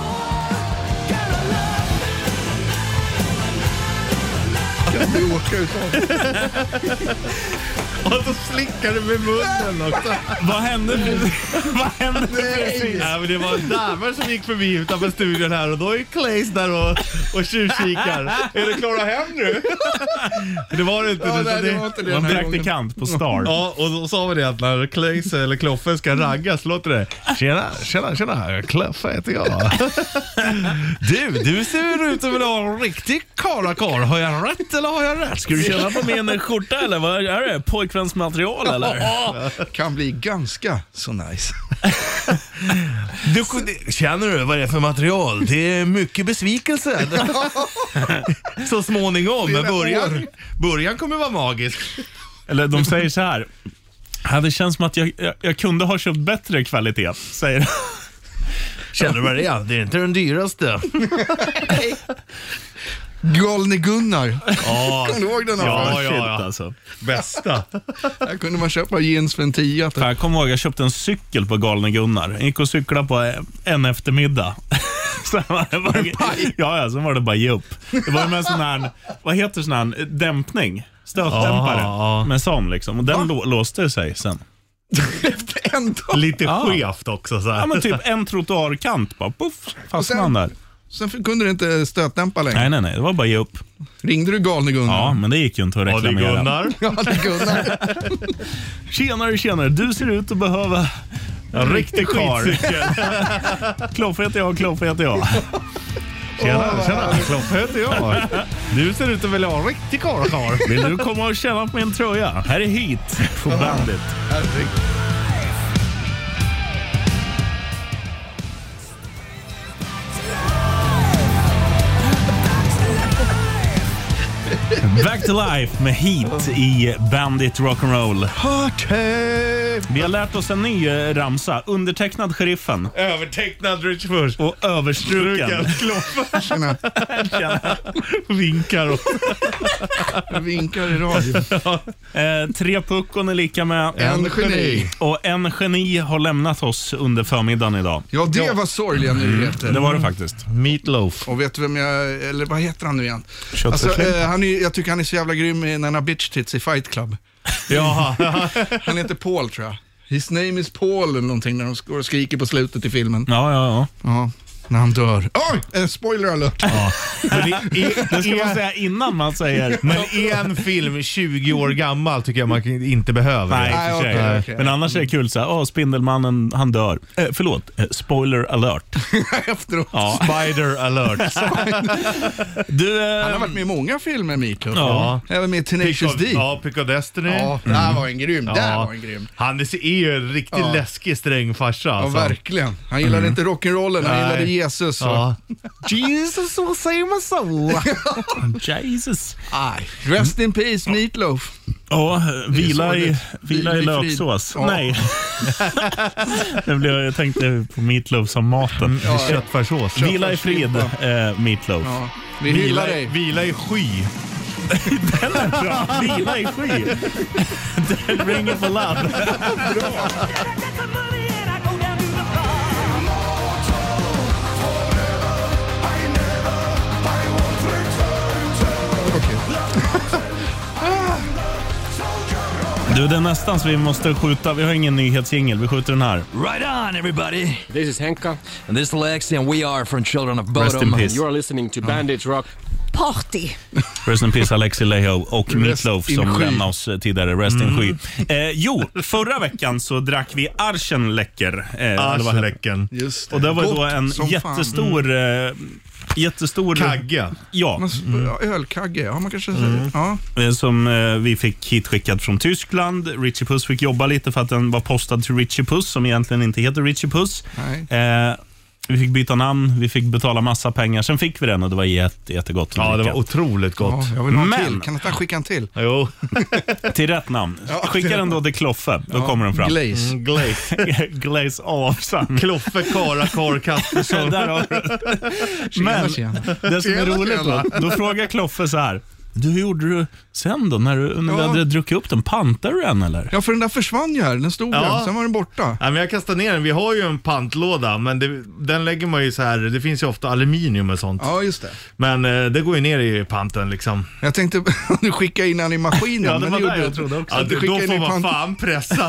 C: Kan vi åka utav?
D: Och så slickar du med munnen också.
B: Vad hände? Vad hände precis?
D: Nej, men det var en damer som gick förbi utanför studion här och då är Claes där och, och tjuvkikar. Är du klara hem nu? Det var det inte.
C: Ja,
D: det,
C: nej,
D: så
C: det
D: det,
C: var inte det
B: Det var
C: den
B: en
C: här gången.
B: praktikant på Star.
D: Ja, och då sa vi det att när Claes eller Kloffe ska ragga så låter det tjena, tjena, tjena, Kloffe heter jag. Du, du ser ut att vilja ha en riktig karakar. Har jag rätt eller har jag rätt?
B: Ska du köra på min skjorta eller vad är det? Pojkvänsmaterial eller?
C: Kan bli ganska så nice.
D: Du, känner du vad det är för material? Det är mycket besvikelse. Så småningom, men början, början kommer vara magisk.
B: Eller de säger så här. Ja, det känns som att jag, jag, jag kunde ha köpt bättre kvalitet, säger
D: Känner du vad det är? Det är inte den dyraste.
C: Galne Gunnar.
D: Ja,
C: Kommer du ihåg den här?
D: ja,
B: Shit,
D: ja, ja.
B: alltså.
D: Bästa.
C: Där kunde man köpa jeans för en tia.
B: Fan, jag kommer ihåg, jag köpte en cykel på Galne Gunnar. Jag gick och cyklade på en eftermiddag. Sen var det bara, ja, ja, sen var det bara ge upp. Det var med sån här, vad heter sån här, dämpning, stötdämpare
D: Ja, ja.
B: med sån liksom. Och den lå- låste sig sen.
C: Efter en dag.
D: Lite
B: Ja.
D: skevt också så här.
B: Ja, men typ en trottoarkant bara, puff, fastnade han där.
C: Sen kunde du inte stötdämpa längre.
B: Nej, nej, nej, det var bara ge upp.
C: Ringde du galne Gunnar?
B: Ja, men det gick ju inte att
D: Ja, det är
B: reklamera.
D: Gunnar.
C: Ja, det är Gunnar.
B: Tjenare, tjenare, du ser ut att behöva en riktig karl. Kloffe heter jag, Kloffe heter jag.
D: Tjena, tjena. Kloffe heter jag. Du ser ut att vilja ha en riktig karl.
B: Vill du komma och känna på min tröja? Här är hit på Bandit. Back to life med Heat i Bandit Rock'n'Roll. Vi har lärt oss en ny eh, ramsa. Undertecknad sheriffen.
D: Övertecknad Rich Puss.
B: Och överstruken.
D: Kloffe.
C: Tjena.
B: Tjena.
D: Vinkar och...
C: Jag vinkar i radio.
B: Eh, tre puckon är lika med
C: En geni.
B: Och en geni har lämnat oss under förmiddagen idag.
C: Ja, det var sorgliga nyheter.
B: Det var det faktiskt.
D: Meatloaf.
C: Och vet du vem jag, eller vad heter han nu igen?
B: Köttfärssling.
C: Alltså, eh, han är, jag tycker han är så jävla grym i när han har bitch tits i Fight Club.
D: Ja.
C: Han heter Paul, tror jag. His name is Paul eller någonting när de går och skriker på slutet i filmen.
B: Ja, ja, ja.
C: Ja, när han dör. Oj, en spoiler alert.
B: Ja. Men i, i, det ska man säga innan man säger.
D: Men en film tjugo år gammal tycker jag man inte behöver.
B: Nej,
C: Nej,
B: för sig.
C: okej, okej.
B: Men annars är det kul så här, åh, Spindelmannen, han dör. Eh, förlåt, eh, spoiler alert.
C: Efteråt.
B: Ja.
D: Spider alert.
B: Du, eh,
C: Han har varit med i många filmer, Meatloaf.
D: Ja.
C: Även med Tenacious
D: Pick of,
C: D.
D: ja, Pick of Destiny.
C: Ja, det här var en grym. Det här
D: Ja.
C: var en grym.
D: Han är ju en riktigt
C: Ja.
D: läskig sträng farsa.
C: Ja,
D: Alltså.
C: verkligen. Han gillade inte rock'n'rollen, han
D: Nej.
C: gillade Jesus. Och...
D: Ja. Jesus will save my soul.
B: Jesus.
C: Aj. Rest in peace, Meatloaf.
B: Ja, vila i,
C: sorgligt.
B: vila i
C: Vila i frid.
B: löksås.
C: Ja.
B: Nej. det blev, jag tänkte på Meatloaf som maten.
C: Ja,
D: Köttfärssås.
B: Vila i frid, eh, Meatloaf.
C: Ja. Vi hyllar
D: Vila,
C: dig.
D: vila i sky.
B: Den är bra. Vila i sky. Ring it for love. Du, det är nästan så vi måste skjuta. Vi har ingen nyhetsjingel. Vi skjuter den här.
Q: Right on, everybody. This is Henka. And this is Alexi, and we are from Children of
B: Rest in
Q: Bodom.
B: peace.
Q: You are listening to Bandit Rock.
H: Party.
B: Rest in peace, Alexi Laiho och Meatloaf
C: in
B: som
C: sky.
B: lämnade oss tidigare. Rest in sky. Eh, jo, förra veckan så drack vi Arsenläcker. Eh, eller vad heter det?
D: Arsenläcken.
C: Just det.
B: Och det var
C: Gott
B: då en
C: som
B: jättestor... Eh, jättestor...
D: Kagge.
B: Ja.
C: fan. Ja, ölkagge, ja man kanske säger. Ja.
B: Eh, Som eh, vi fick hitskickad från Tyskland. Richie Puss fick jobba lite för att den var postad till Richie Puss som egentligen inte heter Richie Puss.
C: Nej.
B: Eh, vi fick byta namn, vi fick betala massa pengar. Sen fick vi den och det var jätte, jättegott att
D: Ja, det
B: dricka.
D: var otroligt gott.
C: Ja, jag vill ha en
B: Men-
C: till. Kan inte han skicka en till?
D: Jo.
B: Till rätt namn.
C: Ja,
B: Skicka
C: till
B: den
C: rätt
B: då till Kloffe. Då
C: Ja,
B: kommer den fram.
C: Glaze.
D: Mm, glaze.
B: Glaze Avsan.
D: Kloffe, Kara, Kar, Kaspersson.
B: Där har du. Men
C: tjena.
B: det som är
C: Tjena,
B: roligt då,
C: tjena.
B: då frågar Kloffe så här. Du, hur gjorde du sen då? När du, när du
C: Ja.
B: hade druckit upp den, pantade du den eller?
C: Ja, för den där försvann ju här. Den stod
D: Ja.
C: där, sen var den borta.
D: Ja, men jag kastar ner den. Vi har ju en pantlåda, men det, den lägger man ju så här. Det finns ju ofta aluminium och sånt.
C: Ja, just det.
D: Men eh, det går ju ner i panten liksom.
C: Jag tänkte du skicka in den i maskinen.
B: Ja, det
C: men
B: var
C: gjorde
B: det jag
C: du
B: trodde
C: inte.
B: också.
D: Ja,
C: Att du
D: då
C: skickade in
D: får
C: i
D: man
C: pant-
D: fan pressa.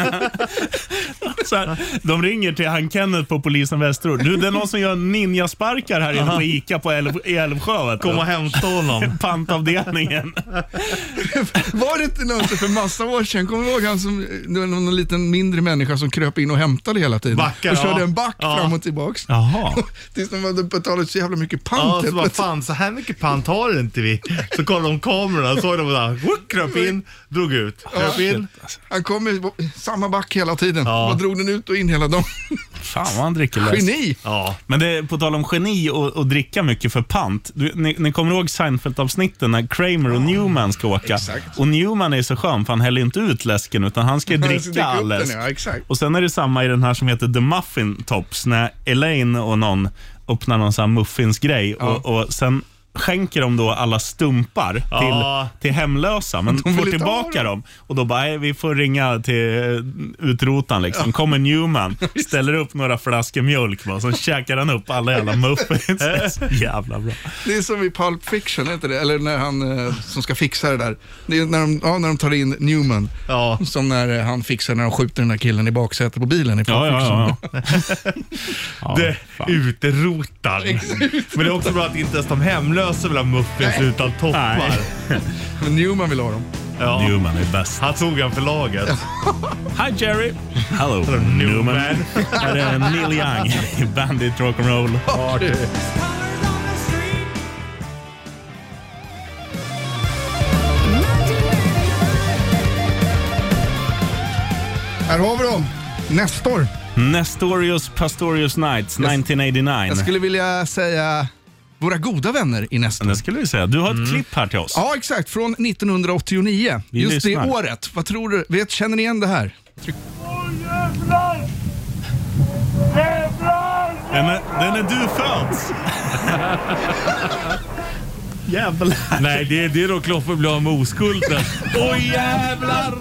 B: Så här, de ringer till han Kenneth på polisen Västerort. Du, det är någon som gör ninjasparkar här inne på Ica på Älv, i Älvsjö. vet du.
D: Kom och hämta honom.
B: Pantavdelningen.
C: Var det inte någon för massa år sedan? Kommer du ihåg han som, det var någon liten mindre människa som kröp in och hämtade hela tiden?
D: Backar,
C: och körde
D: ja.
C: en back
D: Ja.
C: fram och tillbaks.
B: Jaha.
C: Tills de hade betalat så jävla mycket pant.
D: Ja, så
C: helt
D: vad
C: plötsligt.
D: fan, så här mycket pant har inte vi. Så kollade de kamerorna, såg de där, whoop, kröp in, drog ut, kröp in.
C: Han kom i samma back hela tiden.
D: Ja.
C: Vad drog den ut och in hela dagen?
B: Fan vad han dricker läsk.
C: Geni!
D: Ja.
B: Men det är på tal om geni och, och dricka mycket för pant. Du, ni, ni kommer ihåg Seinfeld-avsnitten när Kramer och Newman ska åka.
C: exakt.
B: Och Newman är så skön för han häller inte ut läsken utan han ska
C: Han ska
B: dricka
C: dricka upp
B: all
C: den,
B: läsk.
C: ja, exakt.
B: Och sen är det samma i den här som heter The Muffin Tops när Elaine och någon öppnar någon sån här muffinsgrej
C: Ja.
B: och, och sen skänker de då alla stumpar till,
D: Ja.
B: till hemlösa, men
C: De
B: får
C: vill
B: tillbaka dem. Och då bara, nej, vi får ringa till utrotan liksom. Kommer Newman, ställer upp några flaskor mjölk bara, så käkar han upp alla jävla muffins. Det är så jävla bra.
C: Det är som i Pulp Fiction, inte det? Eller när han eh, som ska fixa det där. Det är när de, ja, när de tar in Newman.
D: Ja.
C: Som när eh, han fixar när de skjuter den där killen i baksätet på bilen i Pulp
B: Ja, ja,
C: Fiction.
B: ja, ja. Ja,
D: Det
B: fan.
D: uterotan. Men det är också bra att inte ens de hemlösa vill ha muffins utan toppar.
B: Nej.
C: Men Newman vill ha dem.
D: Ja.
B: Newman är bäst.
D: Han tog han för laget.
B: Hi Jerry. Hello, Newman. Här är Neil Young i Bandit Rock'n'Roll.
C: Party. Här har vi dem. Nestor.
B: Nestorius Pastorius Nights nittonhundraåttionio.
C: Jag skulle vilja säga våra goda vänner i Nestor.
B: Det skulle vi säga. Du har ett klipp här till oss.
C: Ja, exakt. Från nittonhundraåttionio.
B: Vi
C: Just
B: lyssnar.
C: det året. Vad tror du? Vet, känner ni igen det här? Tryck.
B: Den är, den är du föds. Jävlar.
D: Nej, det är det då Kloffe blir av med oskulden.
B: Åh oh, jävlar.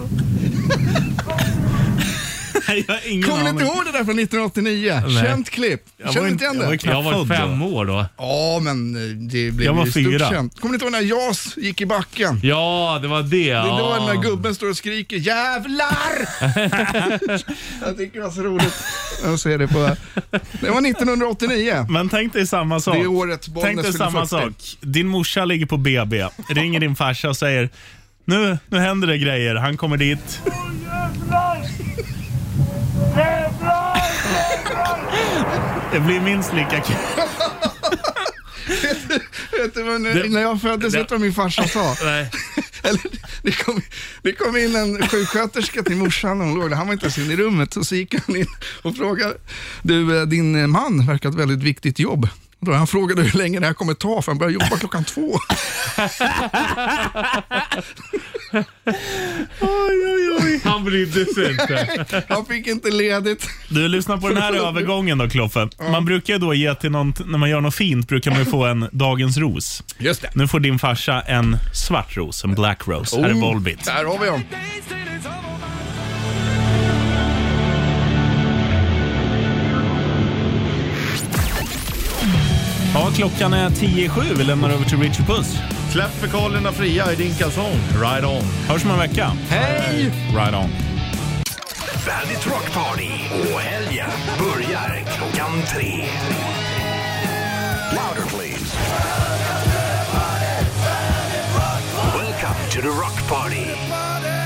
B: Nej, jag har ingen
C: Kommer ni
B: aning.
C: inte ihåg det där från nittonhundraåttionio?
D: Nej.
C: Känt klipp.
B: Jag var
C: Känner
B: inte-
C: inte igen
B: jag var
C: det?
B: knappt
D: Jag var
B: född
D: fem
B: då.
D: år då.
C: Ja, men eh, det blev
B: Jag var
C: ju stort
B: fyra.
C: känt. Kommer ni inte ihåg när Jas gick i backen?
D: Ja, det var det.
C: Det är då
D: Ja.
C: den där gubben står och skriker jävlar! Jag tycker det var så roligt. Jag ser det på... Det var nittonhundraåttionio.
B: Men tänk dig samma sak.
C: Det är året Bollnäs
B: Tänk dig
C: fyller
B: samma
C: fyrtio.
B: sak. Din morsa ligger på B B. Ringer din farsa och säger nu, nu händer det grejer. Han kommer dit. Det blir minst lika kul.
C: Vet du vad, när,
D: Det-
C: när jag föddes, vet du vad min farsa sa?
D: Nej.
C: Eller, det, kom, det kom in en sjuksköterska till morsan och hon låg där. Han var inte ens inne i rummet. Så, så gick han in och frågade, du, eh, din man verkar ett väldigt viktigt jobb. Och då han frågade hur länge det här kommer ta, för han börjar jobba klockan två.
B: Oj, oj, oj.
D: Han brydde sig inte.
C: Han fick inte ledigt.
B: Du, lyssnar på den här övergången då, Kloffe. Man brukar ju då ge till någon, när man gör något fint brukar man ju få en dagens ros.
C: Just det.
B: Nu får din farsa en svart ros, en black rose. Här är Volbeat.
C: Där har vi dem.
B: Ja, klockan är tio i sju. Vi lämnar över till Richie Puss.
D: Släpp fekalierna fria i din kalsong. Ride on.
B: Hörs om en vecka.
C: Hej!
B: Ride on.
A: Bandit Rock Party och helgen börjar klockan tre. Louder please. Welcome to the Rock Party.